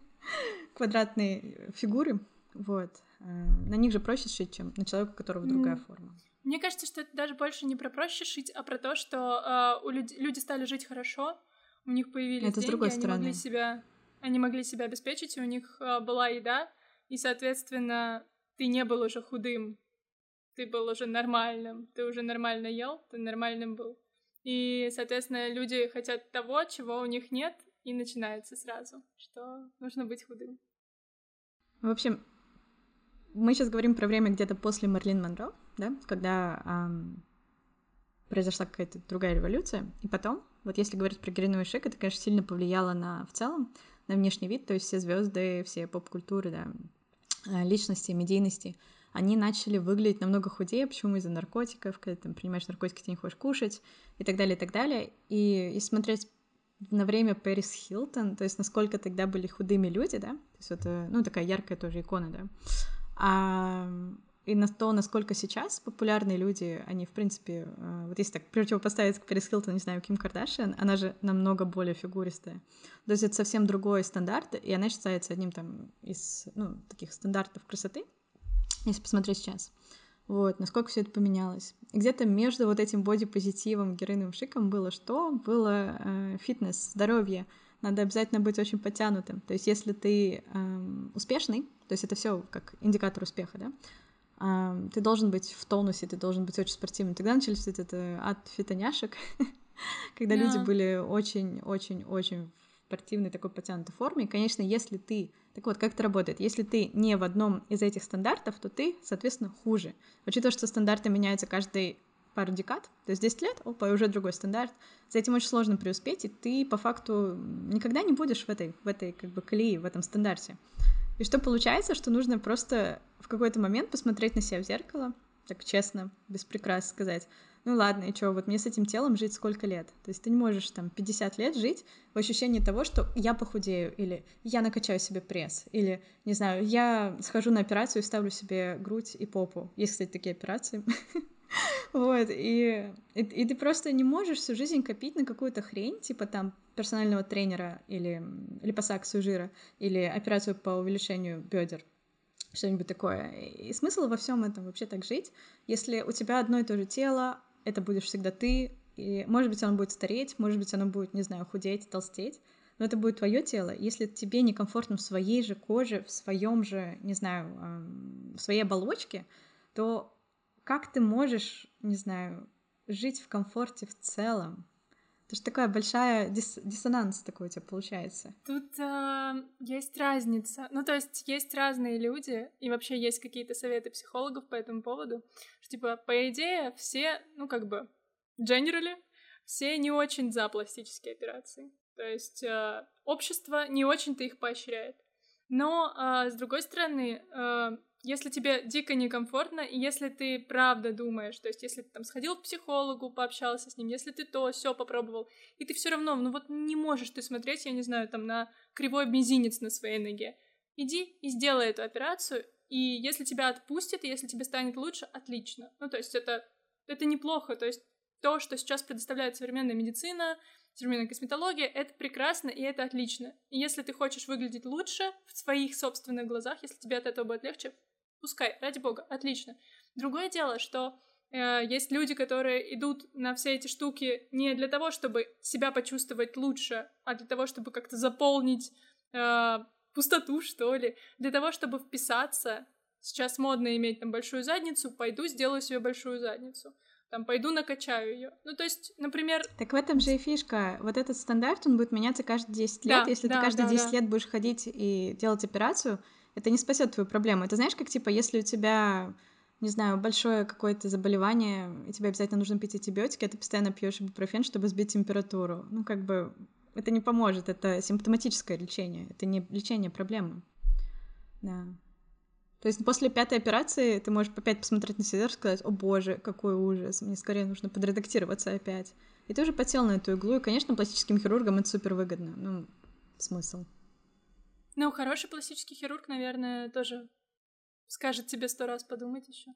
квадратные фигуры, вот, э, на них же проще шить, чем на человека, у которого другая mm. форма. Мне кажется, что это даже больше не про проще шить, а про то, что э, у люд... люди стали жить хорошо, у них появились это деньги, они могли себя, они могли себя обеспечить, и у них э, была еда, и, соответственно, ты не был уже худым, ты был уже нормальным, ты уже нормально ел, ты нормальным был. И, соответственно, люди хотят того, чего у них нет, и начинается сразу, что нужно быть худым. В общем, мы сейчас говорим про время где-то после Мэрилин Монро, да, когда эм, произошла какая-то другая революция, и потом, вот если говорить про героиновый шик, это, конечно, сильно повлияло на, в целом, на внешний вид, то есть все звезды, все поп-культуры, да, личности, медийности, они начали выглядеть намного худее. Почему? Из-за наркотиков, когда ты там, принимаешь наркотики, ты не хочешь кушать, и так далее, и так далее. И, и смотреть на время Пэрис Хилтон, то есть насколько тогда были худыми люди, да, то есть это, ну, такая яркая тоже икона, да, а, и на то, насколько сейчас популярные люди, они, в принципе, вот если так противопоставить к Пэрис Хилтон, не знаю, Ким Кардашьян, она же намного более фигуристая. То есть это совсем другой стандарт, и она считается одним там из, ну, таких стандартов красоты, если посмотреть сейчас. Вот, насколько все это поменялось. И где-то между вот этим бодипозитивом, героиновым шиком было что? Было э, фитнес, здоровье. Надо обязательно быть очень подтянутым. То есть если ты э, успешный, то есть это все как индикатор успеха, да, э, ты должен быть в тонусе, ты должен быть очень спортивным. Тогда начались вот это от фитоняшек, когда люди были очень-очень-очень в спортивной такой подтянутой форме. И, конечно, если ты... Так вот, как это работает? Если ты не в одном из этих стандартов, то ты, соответственно, хуже. Учитывая, что стандарты меняются каждые пару декад, то есть десять лет, опа, и уже другой стандарт. За этим очень сложно преуспеть, и ты, по факту, никогда не будешь в этой, в этой как бы, колее, в этом стандарте. И что получается, что нужно просто в какой-то момент посмотреть на себя в зеркало, так честно, без прикрас сказать: ну ладно, и что, вот мне с этим телом жить сколько лет? То есть ты не можешь там пятьдесят лет жить в ощущении того, что я похудею, или я накачаю себе пресс, или, не знаю, я схожу на операцию и ставлю себе грудь и попу. Есть, кстати, такие операции. Вот, и, и, и ты просто не можешь всю жизнь копить на какую-то хрень, типа там персонального тренера или липосакцию жира, или операцию по увеличению бедер, что-нибудь такое. И смысл во всем этом вообще так жить, если у тебя одно и то же тело, это будешь всегда ты, и, может быть, оно будет стареть, может быть, оно будет, не знаю, худеть, толстеть, но это будет твое тело. Если тебе некомфортно в своей же коже, в своем же, не знаю, в своей оболочке, то как ты можешь, не знаю, жить в комфорте в целом? Это же такая большая дис- диссонанс такой у тебя получается. Тут э, есть разница. Ну, то есть есть разные люди, и вообще есть какие-то советы психологов по этому поводу, что, типа, по идее, все, ну, как бы, generally, все не очень за пластические операции. То есть э, общество не очень-то их поощряет. Но, э, с другой стороны, э, если тебе дико некомфортно, и если ты правда думаешь, то есть если ты там сходил к психологу, пообщался с ним, если ты то, все попробовал, и ты все равно, ну вот не можешь ты смотреть, я не знаю, там на кривой мизинец на своей ноге, иди и сделай эту операцию, и если тебя отпустят, и если тебе станет лучше, отлично. Ну, то есть это, это неплохо, то есть то, что сейчас предоставляет современная медицина, современная косметология, это прекрасно и это отлично. И если ты хочешь выглядеть лучше в своих собственных глазах, если тебе от этого будет легче, пускай, ради бога, отлично. Другое дело, что э, есть люди, которые идут на все эти штуки не для того, чтобы себя почувствовать лучше, а для того, чтобы как-то заполнить э, пустоту, что ли, для того, чтобы вписаться. Сейчас модно иметь там большую задницу, пойду сделаю себе большую задницу. Там, пойду накачаю ее. Ну, то есть, например... Так в этом же и фишка. Вот этот стандарт, он будет меняться каждые десять лет. Да, если да, ты каждые да, десять да. лет будешь ходить и делать операцию, это не спасет твою проблему. Это знаешь, как, типа, если у тебя, не знаю, большое какое-то заболевание, и тебе обязательно нужно пить антибиотики, а ты постоянно пьешь ибупрофен, чтобы сбить температуру. Ну, как бы, это не поможет. Это симптоматическое лечение. Это не лечение проблемы. Да. То есть после пятой операции ты можешь опять посмотреть на себя и сказать: «О боже, какой ужас, мне скорее нужно подредактироваться опять». И ты уже подсел на эту иглу, и, конечно, пластическим хирургам это супер выгодно. Ну, смысл. Ну, хороший пластический хирург, наверное, тоже скажет тебе сто раз подумать еще.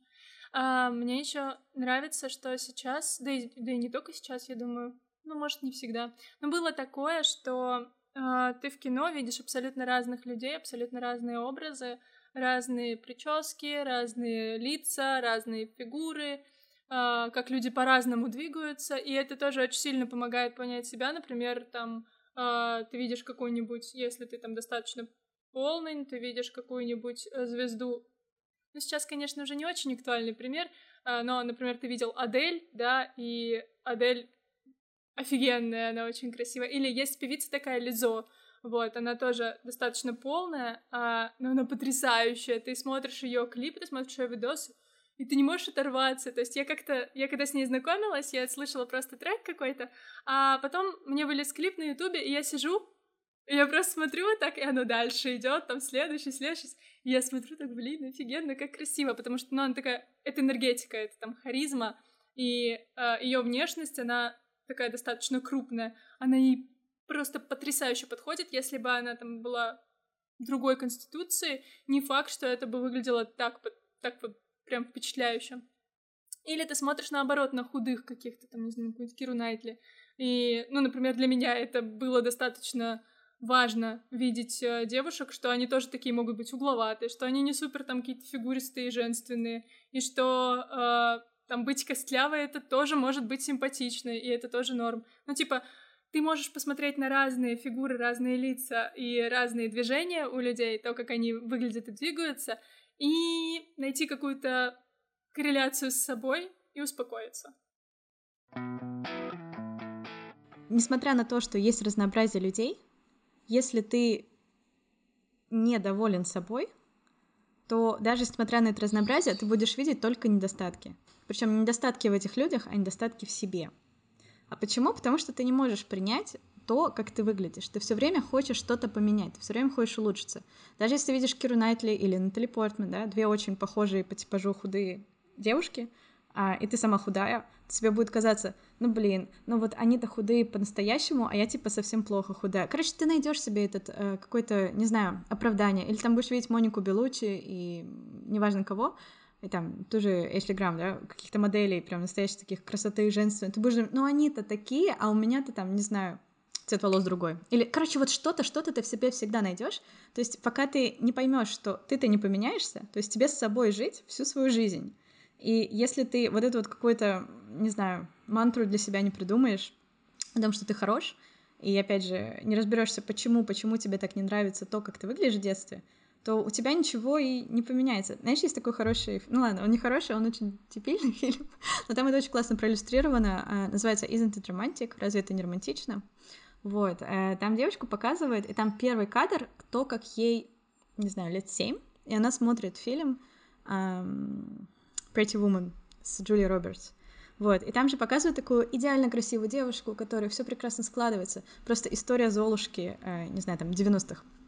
А, мне еще нравится, что сейчас, да и, да и не только сейчас, я думаю, ну, может, не всегда, но было такое, что а, ты в кино видишь абсолютно разных людей, абсолютно разные образы, разные прически, разные лица, разные фигуры, э, как люди по-разному двигаются, и это тоже очень сильно помогает понять себя. Например, там э, ты видишь какую-нибудь, если ты там достаточно полный, ты видишь какую-нибудь э, звезду. Ну, сейчас, конечно, уже не очень актуальный пример, э, но, например, ты видел Адель, да, и Адель офигенная, она очень красивая. Или есть певица такая Лизо. Вот, она тоже достаточно полная, а, но она потрясающая. Ты смотришь ее клипы, ты смотришь ее видосы, и ты не можешь оторваться. То есть я как-то, я когда с ней знакомилась, я слышала просто трек какой-то, а потом мне вылез клип на Ютубе, и я сижу, и я просто смотрю вот так, и оно дальше идет, там следующий, следующий. И я смотрю так, блин, офигенно, как красиво, потому что, ну, она такая, это энергетика, это там харизма, и э, ее внешность, она такая достаточно крупная, она ей просто потрясающе подходит. Если бы она там была другой конституции, не факт, что это бы выглядело так, так вот прям впечатляюще. Или ты смотришь, наоборот, на худых каких-то, там, не знаю, какую-нибудь Киру Найтли. И, ну, например, для меня это было достаточно важно видеть э, девушек, что они тоже такие могут быть угловатые, что они не супер там какие-то фигуристые, женственные, и что э, там быть костлявой — это тоже может быть симпатично, и это тоже норм. Ну, типа, ты можешь посмотреть на разные фигуры, разные лица и разные движения у людей, то, как они выглядят и двигаются, и найти какую-то корреляцию с собой и успокоиться. Несмотря на то, что есть разнообразие людей, если ты недоволен собой, то даже несмотря на это разнообразие, ты будешь видеть только недостатки. Причем не недостатки в этих людях, а недостатки в себе. А почему? Потому что ты не можешь принять то, как ты выглядишь. Ты все время хочешь что-то поменять, ты все время хочешь улучшиться. Даже если ты видишь Киру Найтли или Натали Портман, да, две очень похожие по типажу худые девушки, а, и ты сама худая, тебе будет казаться: ну блин, ну вот они-то худые по-настоящему, а я типа совсем плохо худая. Короче, ты найдешь себе этот э, какое-то, не знаю, оправдание. Или там будешь видеть Монику Белуччи и неважно кого, и там тоже Эшли Грам, да, каких-то моделей прям настоящих таких красоты и женственных. Ты будешь думать: ну они-то такие, а у меня-то там, не знаю, цвет волос другой. Или, короче, вот что-то, что-то ты в себе всегда найдешь. То есть пока ты не поймешь, что ты-то не поменяешься, то есть тебе с собой жить всю свою жизнь. И если ты вот эту вот какую-то, не знаю, мантру для себя не придумаешь о том, что ты хорош, и, опять же, не разберешься, почему, почему тебе так не нравится то, как ты выглядишь в детстве, то у тебя ничего и не поменяется. Знаешь, есть такой хороший... Ну ладно, он не хороший, он очень типичный фильм, но там это очень классно проиллюстрировано. Называется «Isn't it romantic?» Разве это не романтично? Вот. Там девочку показывает, и там первый кадр, то, как ей, не знаю, лет семь, и она смотрит фильм um, Pretty Woman с Джулией Робертс. Вот. И там же показывают такую идеально красивую девушку, у которой все прекрасно складывается. Просто история Золушки, э, не знаю, там, девяностых.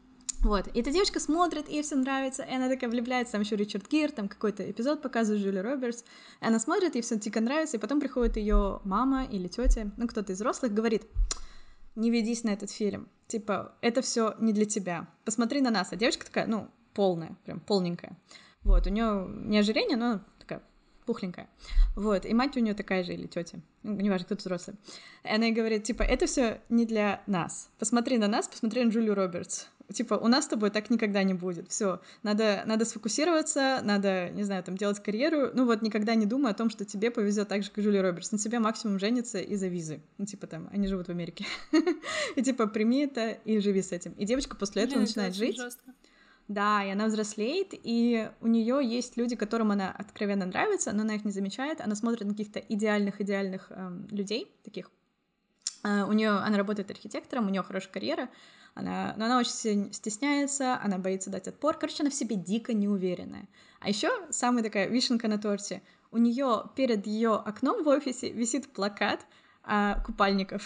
Вот, и эта девочка смотрит, ей все нравится, и она такая влюбляется, там еще Ричард Гир, там какой-то эпизод показывает Джули Робертс, и она смотрит, ей все дико нравится, и потом приходит ее мама или тетя, ну кто-то из взрослых, говорит: не ведись на этот фильм, типа, это все не для тебя, посмотри на нас, а девочка такая, ну, полная, прям полненькая, вот, у нее не ожирение, но такая пухленькая, вот, и мать у нее такая же, или тетя, ну, неважно, кто-то взрослый, и она ей говорит, типа, это все не для нас, посмотри на нас, посмотри на Джулию Робертс, типа, у нас с тобой так никогда не будет, все, надо, надо сфокусироваться, надо, не знаю, там, делать карьеру, ну вот, никогда не думай о том, что тебе повезет так же, как Джулия Робертс, на тебя максимум женится из-за визы, ну, типа, там, они живут в Америке, и, типа, прими это и живи с этим, и девочка после этого начинает жить. Да, и она взрослеет, и у нее есть люди, которым она откровенно нравится, но она их не замечает, она смотрит на каких-то идеальных-идеальных эм, людей, таких. Э, у нее, она работает архитектором, у нее хорошая карьера, она, но она очень стесняется, она боится дать отпор, короче, она в себе дико неуверенная. А еще самая такая вишенка на торте, у нее перед ее окном в офисе висит плакат э, купальников.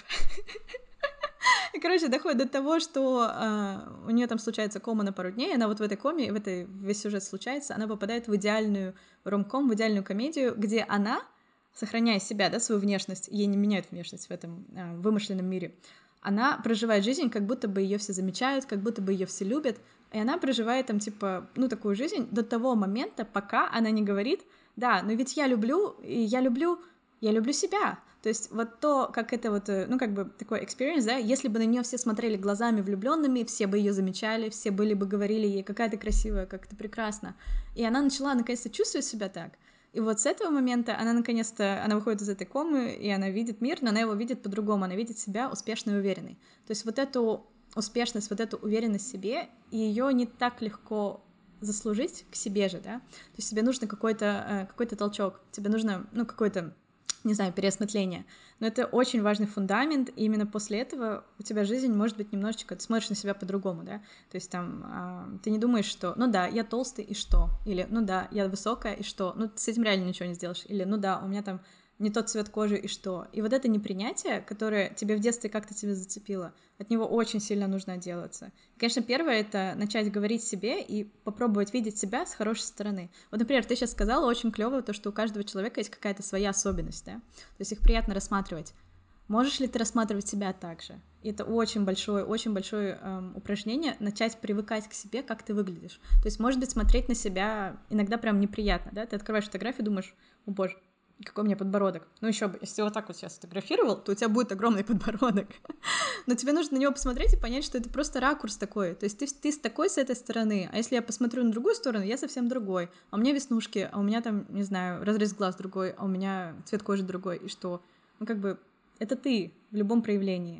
И, короче, доходит до того, что э, у нее там случается кома на пару дней, она вот в этой коме, в этой весь сюжет случается, она попадает в идеальную ромком, в идеальную комедию, где она, сохраняя себя, да, свою внешность, ей не меняют внешность в этом э, вымышленном мире, она проживает жизнь, как будто бы ее все замечают, как будто бы ее все любят, и она проживает там, типа, ну, такую жизнь до того момента, пока она не говорит: да, но ведь я люблю, и я люблю, я люблю себя. То есть вот то, как это вот, ну, как бы такой experience, да, если бы на нее все смотрели глазами влюбленными, все бы ее замечали, все были бы говорили ей, какая ты красивая, как ты прекрасна. И она начала наконец-то чувствовать себя так. И вот с этого момента она наконец-то, она выходит из этой комы, и она видит мир, но она его видит по-другому, она видит себя успешной и уверенной. То есть вот эту успешность, вот эту уверенность в себе, ее не так легко заслужить к себе же, да. То есть тебе нужно какой-то, какой-то толчок, тебе нужно, ну, какой-то, не знаю, переосмысление. Но это очень важный фундамент, и именно после этого у тебя жизнь может быть немножечко... Ты смотришь на себя по-другому, да? То есть там э, ты не думаешь, что ну да, я толстый, и что? Или ну да, я высокая, и что? Ну с этим реально ничего не сделаешь. Или ну да, у меня там не тот цвет кожи, и что? И вот это непринятие, которое тебе в детстве как-то тебя зацепило, от него очень сильно нужно отделаться. И, конечно, первое — это начать говорить себе и попробовать видеть себя с хорошей стороны. Вот, например, ты сейчас сказала очень клево то, что у каждого человека есть какая-то своя особенность, да? То есть их приятно рассматривать. Можешь ли ты рассматривать себя так же? И это очень большое, очень большое эм, упражнение, начать привыкать к себе, как ты выглядишь. То есть, может быть, смотреть на себя иногда прям неприятно, да? Ты открываешь фотографию и думаешь: о боже, какой у меня подбородок. Ну еще бы, если ты вот так вот сейчас фотографировал, то у тебя будет огромный подбородок. Но тебе нужно на него посмотреть и понять, что это просто ракурс такой. То есть ты, ты с такой, с этой стороны, а если я посмотрю на другую сторону, я совсем другой. А у меня веснушки, а у меня там, не знаю, разрез глаз другой, а у меня цвет кожи другой. И что? Ну как бы это ты в любом проявлении.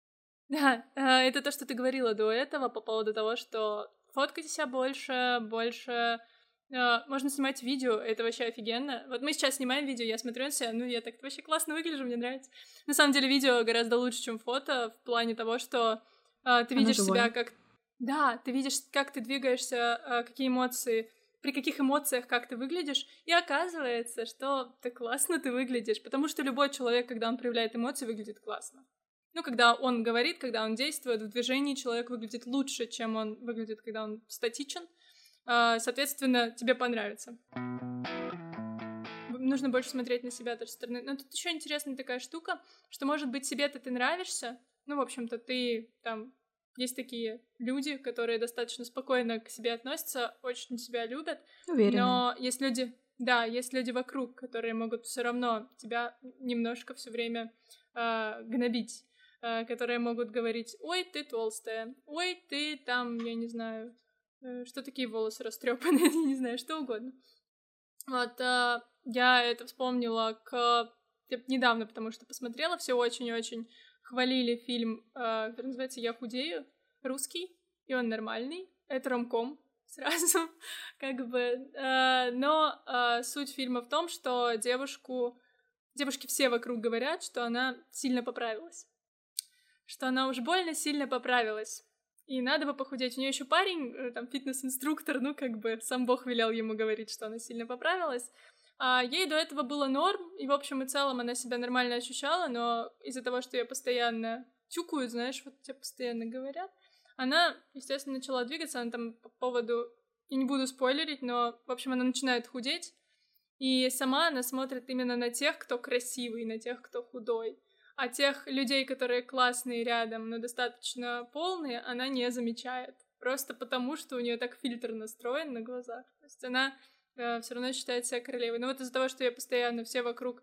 Да, это то, что ты говорила до этого по поводу того, что фоткайте себя больше, больше... Можно снимать видео, это вообще офигенно. Вот мы сейчас снимаем видео, я смотрю на себя, ну, я так вообще классно выгляжу, мне нравится. На самом деле видео гораздо лучше, чем фото, в плане того, что э, ты видишь себя как... Да, ты видишь, как ты двигаешься, э, какие эмоции, при каких эмоциях, как ты выглядишь, и оказывается, что ты классно ты выглядишь, потому что любой человек, когда он проявляет эмоции, выглядит классно. Ну, когда он говорит, когда он действует, в движении человек выглядит лучше, чем он выглядит, когда он статичен. Соответственно, тебе понравится. Нужно больше смотреть на себя той стороны. Но тут еще интересная такая штука, что, может быть, себе-то ты нравишься. Ну, в общем-то, ты там... Есть такие люди, которые достаточно спокойно к себе относятся, очень себя любят. Уверенные. Но есть люди... Да, есть люди вокруг, которые могут все равно тебя немножко все время э, гнобить. Э, которые могут говорить: ой, ты толстая, ой, ты там, я не знаю... что такие волосы растрепанные, я не знаю, что угодно. Вот, э, я это вспомнила к... недавно, потому что посмотрела, все очень-очень хвалили фильм, э, который называется «Я худею», русский, и он нормальный, это ромком сразу, как бы, э, но э, суть фильма в том, что девушку, девушки все вокруг говорят, что она сильно поправилась, что она уж больно сильно поправилась. И надо бы похудеть. У нее еще парень, там, фитнес-инструктор, ну, как бы, сам Бог велел ему говорить, что она сильно поправилась. А ей до этого было норм, и, в общем и целом, она себя нормально ощущала, но из-за того, что ее постоянно тюкают, знаешь, вот тебе постоянно говорят, Она, естественно, начала двигаться, она там по поводу... Я не буду спойлерить, но, в общем, она начинает худеть, и сама она смотрит именно на тех, кто красивый, на тех, кто худой. А тех людей, которые классные рядом, но достаточно полные, она не замечает. Просто потому, что у нее так фильтр настроен на глазах. То есть она э, все равно считает себя королевой. Но вот из-за того, что я постоянно все вокруг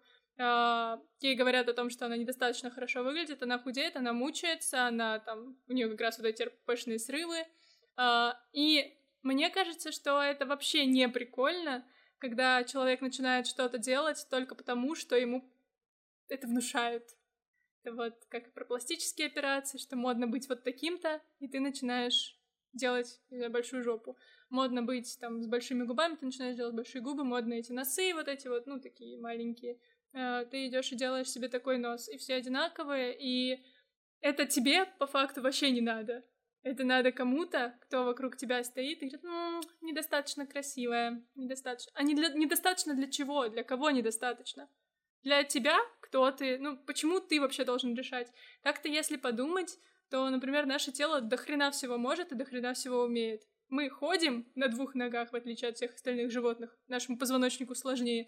э, ей говорят о том, что она недостаточно хорошо выглядит, она худеет, она мучается, она там... У нее как раз вот эти пышные срывы. Э, и мне кажется, что это вообще не прикольно, когда человек начинает что-то делать только потому, что ему это внушают. Это вот как про пластические операции, что модно быть вот таким-то, и ты начинаешь делать большую жопу. Модно быть там с большими губами, ты начинаешь делать большие губы, модно эти носы вот эти вот, ну, такие маленькие. Ты идешь и делаешь себе такой нос, и все одинаковые, и это тебе по факту вообще не надо. Это надо кому-то, кто вокруг тебя стоит и говорит, ну, недостаточно красивая, недостаточно. А не для... недостаточно для чего? Для кого недостаточно? Для тебя, кто ты, ну, почему ты вообще должен решать? Так-то, если подумать, то, например, наше тело до хрена всего может и до хрена всего умеет. Мы ходим на двух ногах, в отличие от всех остальных животных, нашему позвоночнику сложнее.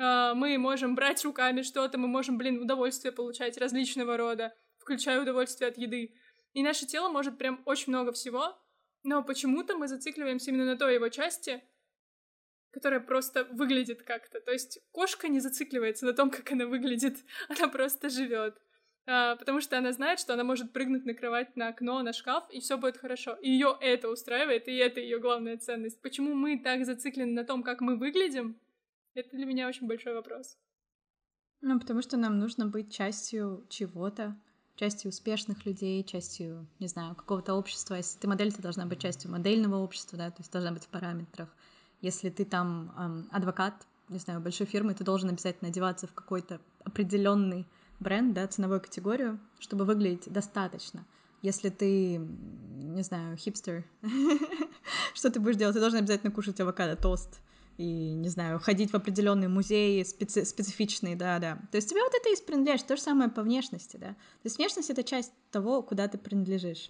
Мы можем брать руками что-то, мы можем, блин, удовольствие получать различного рода, включая удовольствие от еды. И наше тело может прям очень много всего, но почему-то мы зацикливаемся именно на той его части, которая просто выглядит как-то. То есть кошка не зацикливается на том, как она выглядит, она просто живет, а, потому что она знает, что она может прыгнуть на кровать, на окно, на шкаф, и все будет хорошо. И ее это устраивает, и это ее главная ценность. Почему мы так зациклены на том, как мы выглядим, это для меня очень большой вопрос. Ну, потому что нам нужно быть частью чего-то, частью успешных людей, частью, не знаю, какого-то общества. Если ты модель, ты должна быть частью модельного общества, да, то есть должна быть в параметрах. Если ты там эм, адвокат, не знаю, большой фирмы, ты должен обязательно одеваться в какой-то определенный бренд, да, ценовую категорию, чтобы выглядеть достаточно. Если ты, не знаю, хипстер, что ты будешь делать? Ты должен обязательно кушать авокадо, тост и, не знаю, ходить в определенные музеи специ- специфичные, да-да. То есть тебе вот это и принадлежит, то же самое по внешности, да. То есть внешность — это часть того, куда ты принадлежишь.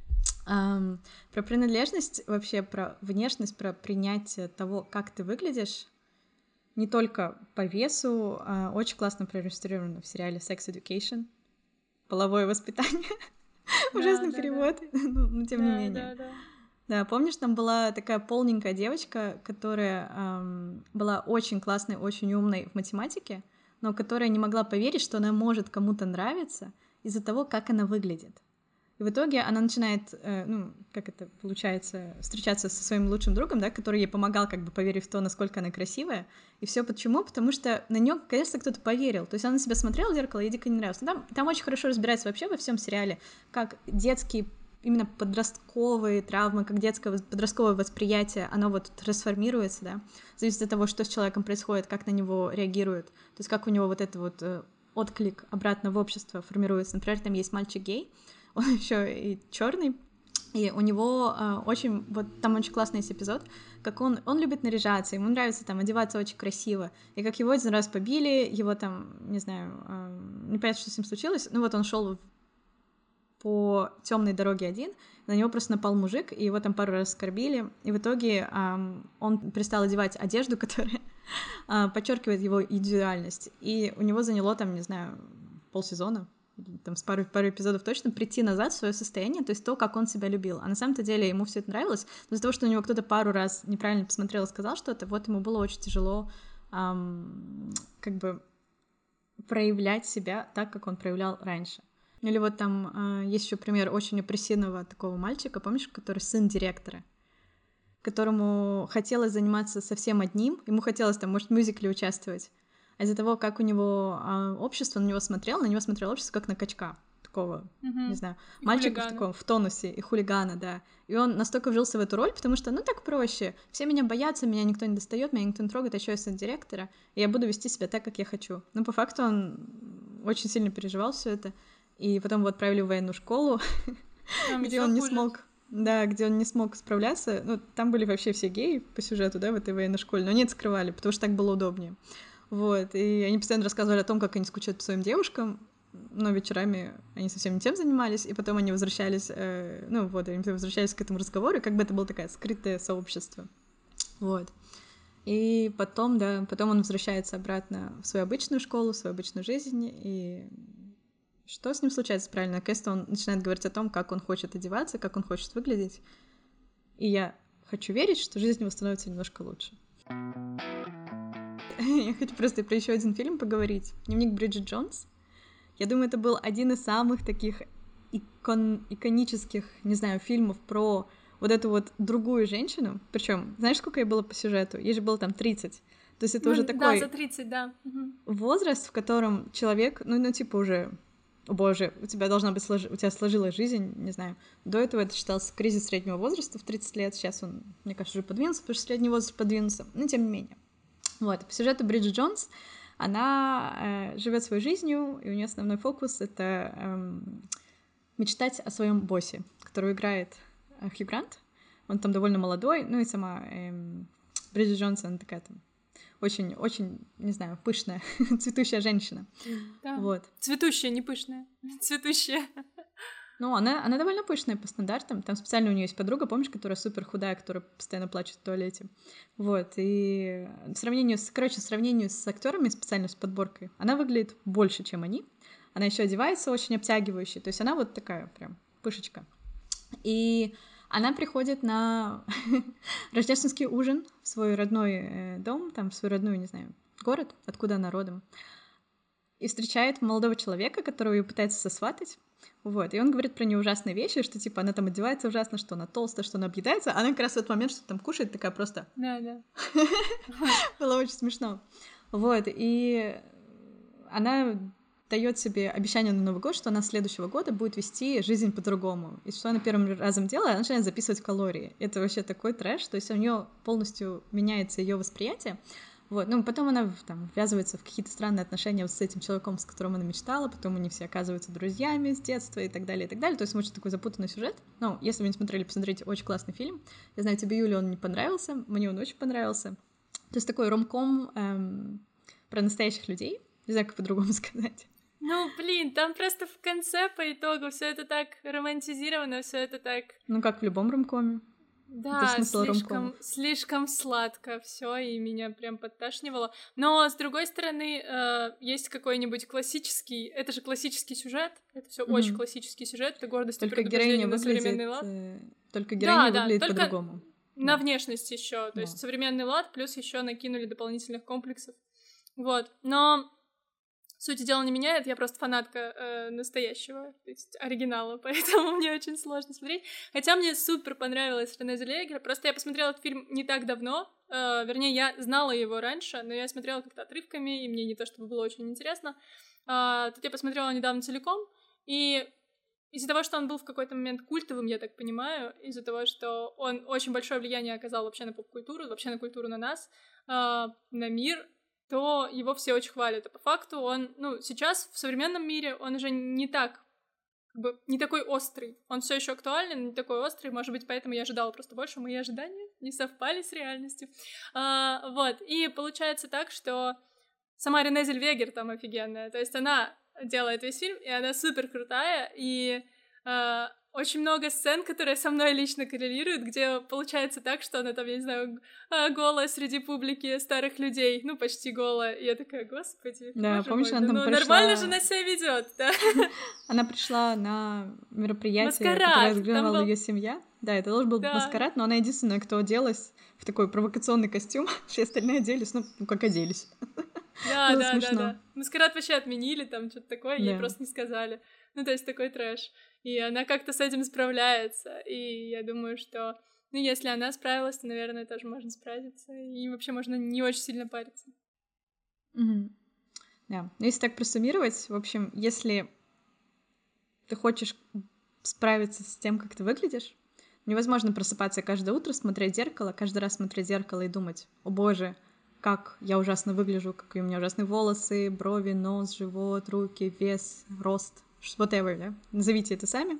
Um, про принадлежность, вообще про внешность, про принятие того, как ты выглядишь, не только по весу, а очень классно проиллюстрировано в сериале Sex Education. Половое воспитание. Да, Ужасный да, перевод, да. но, но тем да, не менее. Да, да. Да, помнишь, там была такая полненькая девочка, которая эм, была очень классной, очень умной в математике, но которая не могла поверить, что она может кому-то нравиться из-за того, как она выглядит. И в итоге она начинает, э, ну, как это получается, встречаться со своим лучшим другом, да, который ей помогал, как бы поверив в то, насколько она красивая. И все почему? Потому что на нее, конечно, кто-то поверил. То есть она на себя смотрела в зеркало, ей дико не нравилось. Но там, там очень хорошо разбирается вообще во всем сериале, как детские, именно подростковые травмы, как детское подростковое восприятие, оно вот трансформируется, да, зависит от того, что с человеком происходит, как на него реагируют. То есть как у него вот этот вот э, отклик обратно в общество формируется. Например, там есть мальчик гей, он еще и черный, и у него э, очень, вот там очень классный есть эпизод, как он, он любит наряжаться, ему нравится там одеваться очень красиво, и как его один раз побили, его там, не знаю, э, не понятно, что с ним случилось, ну вот он шел по темной дороге один, на него просто напал мужик, и его там пару раз оскорбили, и в итоге э, он перестал одевать одежду, которая э, подчеркивает его индивидуальность, и у него заняло там, не знаю, полсезона, там с пару, пару эпизодов точно, прийти назад в свое состояние, то есть то, как он себя любил. А на самом-то деле ему все это нравилось, но из-за того, что у него кто-то пару раз неправильно посмотрел и сказал что-то, вот ему было очень тяжело эм, как бы проявлять себя так, как он проявлял раньше. Или вот там э, есть еще пример очень опрессивного такого мальчика, помнишь, который сын директора, которому хотелось заниматься совсем одним, ему хотелось там, может, в мюзикле участвовать, а из-за того, как у него а, общество на него смотрело, на него смотрело общество как на качка, такого, mm-hmm. не знаю, и мальчика хулигана. В таком, в тонусе, и хулигана, да. И он настолько вжился в эту роль, потому что, ну, так проще, все меня боятся, меня никто не достает, меня никто не трогает, а еще я сын директора, и я буду вести себя так, как я хочу. Но по факту он очень сильно переживал все это, и потом его отправили в военную школу, где он не смог... Да, где он не смог справляться. Ну, там были вообще все геи по сюжету, да, в этой военной школе, но они это скрывали, потому что так было удобнее. Вот, и они постоянно рассказывали о том, как они скучают по своим девушкам, но вечерами они совсем не тем занимались, и потом они возвращались, э, ну вот, они возвращались к этому разговору, и как бы это было такое скрытое сообщество, вот. И потом, да, потом он возвращается обратно в свою обычную школу, в свою обычную жизнь, и что с ним случается, правильно? Наконец-то он начинает говорить о том, как он хочет одеваться, как он хочет выглядеть, и я хочу верить, что жизнь его становится немножко лучше. Я хочу просто про еще один фильм поговорить. «Дневник Бриджит Джонс». Я думаю, это был один из самых таких икон... иконических, не знаю, фильмов про вот эту вот другую женщину. Причем, знаешь, сколько ей было по сюжету? Ей же было там тридцать. То есть это ну, уже такой... Да, за тридцать, да. Угу. Возраст, в котором человек, ну, ну типа уже... О боже, у тебя должна быть слож... у тебя сложилась жизнь, не знаю. До этого это считался кризис среднего возраста в тридцать лет. Сейчас он, мне кажется, уже подвинулся, потому что средний возраст подвинулся. Но тем не менее. Вот, по сюжету Бриджит Джонс, она э, живет своей жизнью, и у нее основной фокус — это э, мечтать о своем боссе, которого играет э, Хью Грант. Он там довольно молодой, ну и сама э, Бриджит Джонс, она такая там очень-очень, не знаю, пышная, цветущая женщина. Да. Вот. Цветущая, не пышная, цветущая. Ну, она, она довольно пышная по стандартам. Там специально у нее есть подруга, помнишь, которая супер худая, которая постоянно плачет в туалете. Вот. И в сравнении с, короче, в сравнении с актерами, специально с подборкой, она выглядит больше, чем они. Она еще одевается очень обтягивающе. То есть она вот такая прям пышечка. И она приходит на рождественский ужин в свой родной дом, там, в свой родной, не знаю, город, откуда она родом, и встречает молодого человека, которого ее пытается сосватать. Вот, и он говорит про нее ужасные вещи, что, типа, она там одевается ужасно, что она толстая, что она объедается, а она как раз в этот момент что-то там кушает, такая просто... Да, да. Было очень смешно. Вот, и она дает себе обещание на Новый год, что она с следующего года будет вести жизнь по-другому. И что она первым разом делает, она начинает записывать калории. Это вообще такой трэш, то есть у нее полностью меняется ее восприятие. Вот, ну, потом она там ввязывается в какие-то странные отношения вот с этим человеком, с которым она мечтала, потом они все оказываются друзьями с детства и так далее, и так далее. То есть очень такой запутанный сюжет. Ну, если вы не смотрели, посмотрите, очень классный фильм. Я знаю, тебе, Юля, он не понравился, мне он очень понравился. То есть такой ромком эм, про настоящих людей. Не знаю, как по-другому сказать. Ну, блин, там просто в конце по итогу все это так романтизировано, все это так... Ну, как в любом ромкоме. Да, слишком, слишком сладко все, и меня прям подташнивало. Но, с другой стороны, э, есть какой-нибудь классический... Это же классический сюжет, это все mm-hmm. очень классический сюжет, это гордость и предубеждение на современный лад. Только героиня да, выглядит да, по-другому. На да. внешность еще, то да. есть современный лад, плюс еще накинули дополнительных комплексов. Вот, но... Суть дела не меняет, я просто фанатка э, настоящего, то есть оригинала, поэтому мне очень сложно смотреть. Хотя мне супер понравилась Рене Зеллвегер, просто я посмотрела этот фильм не так давно, э, вернее, я знала его раньше, но я смотрела как-то отрывками, и мне не то чтобы было очень интересно. А, тут я посмотрела недавно целиком, и из-за того, что он был в какой-то момент культовым, я так понимаю, из-за того, что он очень большое влияние оказал вообще на поп-культуру, вообще на культуру, на нас, э, на мир, то его все очень хвалят. А по факту он, ну, сейчас в современном мире он уже не так, как бы, не такой острый. Он все еще актуальный, но не такой острый. Может быть, поэтому я ожидала просто больше. Мои ожидания не совпали с реальностью. А, вот. И получается так, что сама Рене Зеллвегер там офигенная. То есть она делает весь фильм, и она супер крутая, и а, очень много сцен, которые со мной лично коррелируют, где получается так, что она там, я не знаю, голая среди публики старых людей, ну, почти голая. И я такая, господи, да, помнишь, мой, она да, там ну, пришла... нормально же она себя ведет, да? Она пришла на мероприятие, маскарад, которое организовала был... ее семья. Да, это должен был быть да. маскарад, но она единственная, кто оделась в такой провокационный костюм. Все остальные оделись, ну, как оделись. Да, да, смешно. да, да. Маскарад вообще отменили, там что-то такое, да. ей просто не сказали. Ну, то есть такой трэш. И она как-то с этим справляется. И я думаю, что, ну, если она справилась, то, наверное, тоже можно справиться. И вообще можно не очень сильно париться. Mm-hmm. Да. Если так просуммировать, в общем, если ты хочешь справиться с тем, как ты выглядишь, невозможно просыпаться каждое утро, смотреть в зеркало, каждый раз смотреть в зеркало и думать: о боже, как я ужасно выгляжу, какие у меня ужасные волосы, брови, нос, живот, руки, вес, рост, whatever, да? Назовите это сами.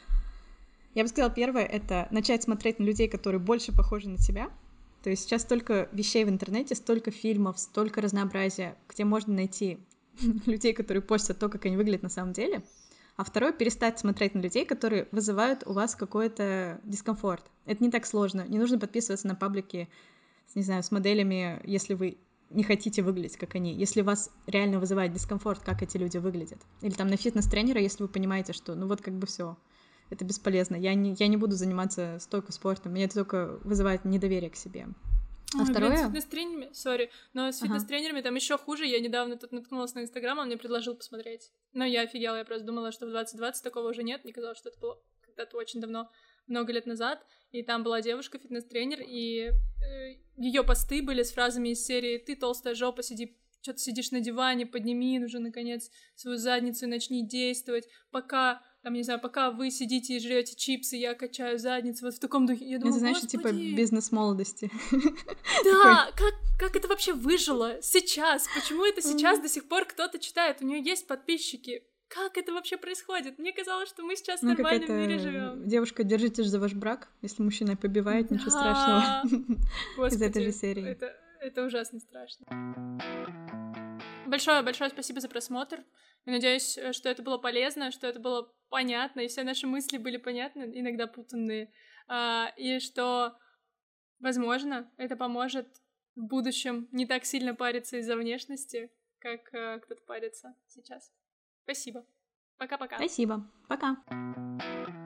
Я бы сказала, первое — это начать смотреть на людей, которые больше похожи на тебя. То есть сейчас столько вещей в интернете, столько фильмов, столько разнообразия, где можно найти людей, которые постят то, как они выглядят на самом деле. А второе — перестать смотреть на людей, которые вызывают у вас какой-то дискомфорт. Это не так сложно. Не нужно подписываться на паблики, не знаю, с моделями, если вы не хотите выглядеть, как они. Если вас реально вызывает дискомфорт, как эти люди выглядят. Или там на фитнес-тренера, если вы понимаете, что ну вот как бы все, это бесполезно. Я не, я не буду заниматься столько спортом, мне это только вызывает недоверие к себе. А Ой, второе... Блин, с фитнес-тренерами, сори, но с ага. фитнес-тренерами там еще хуже. Я недавно тут наткнулась на Инстаграм, он мне предложил посмотреть. Но я офигела, я просто думала, что в двадцать двадцать такого уже нет. Мне казалось, что это было когда-то очень давно, много лет назад. И там была девушка, фитнес-тренер, и э, ее посты были с фразами из серии «Ты, толстая жопа, сиди, что ты сидишь на диване, подними уже, наконец, свою задницу и начни действовать, пока... Там, не знаю, пока вы сидите и жрете чипсы, я качаю задницу, вот в таком духе. Я думаю, это значит, Господи... типа, бизнес молодости. Да, как, как это вообще выжило сейчас? Почему это сейчас до сих пор кто-то читает? У нее есть подписчики. Как это вообще происходит? Мне казалось, что мы сейчас в ну, нормальном мире живем. Девушка, держитесь за ваш брак. Если мужчина побивает, да. Ничего страшного. Господи, из этой же серии. Это, это ужасно страшно. Большое-большое спасибо за просмотр. Я надеюсь, что это было полезно, что это было понятно, и все наши мысли были понятны, иногда путанные, и что, возможно, это поможет в будущем не так сильно париться из-за внешности, как кто-то парится сейчас. Спасибо. Пока-пока. Спасибо. Пока.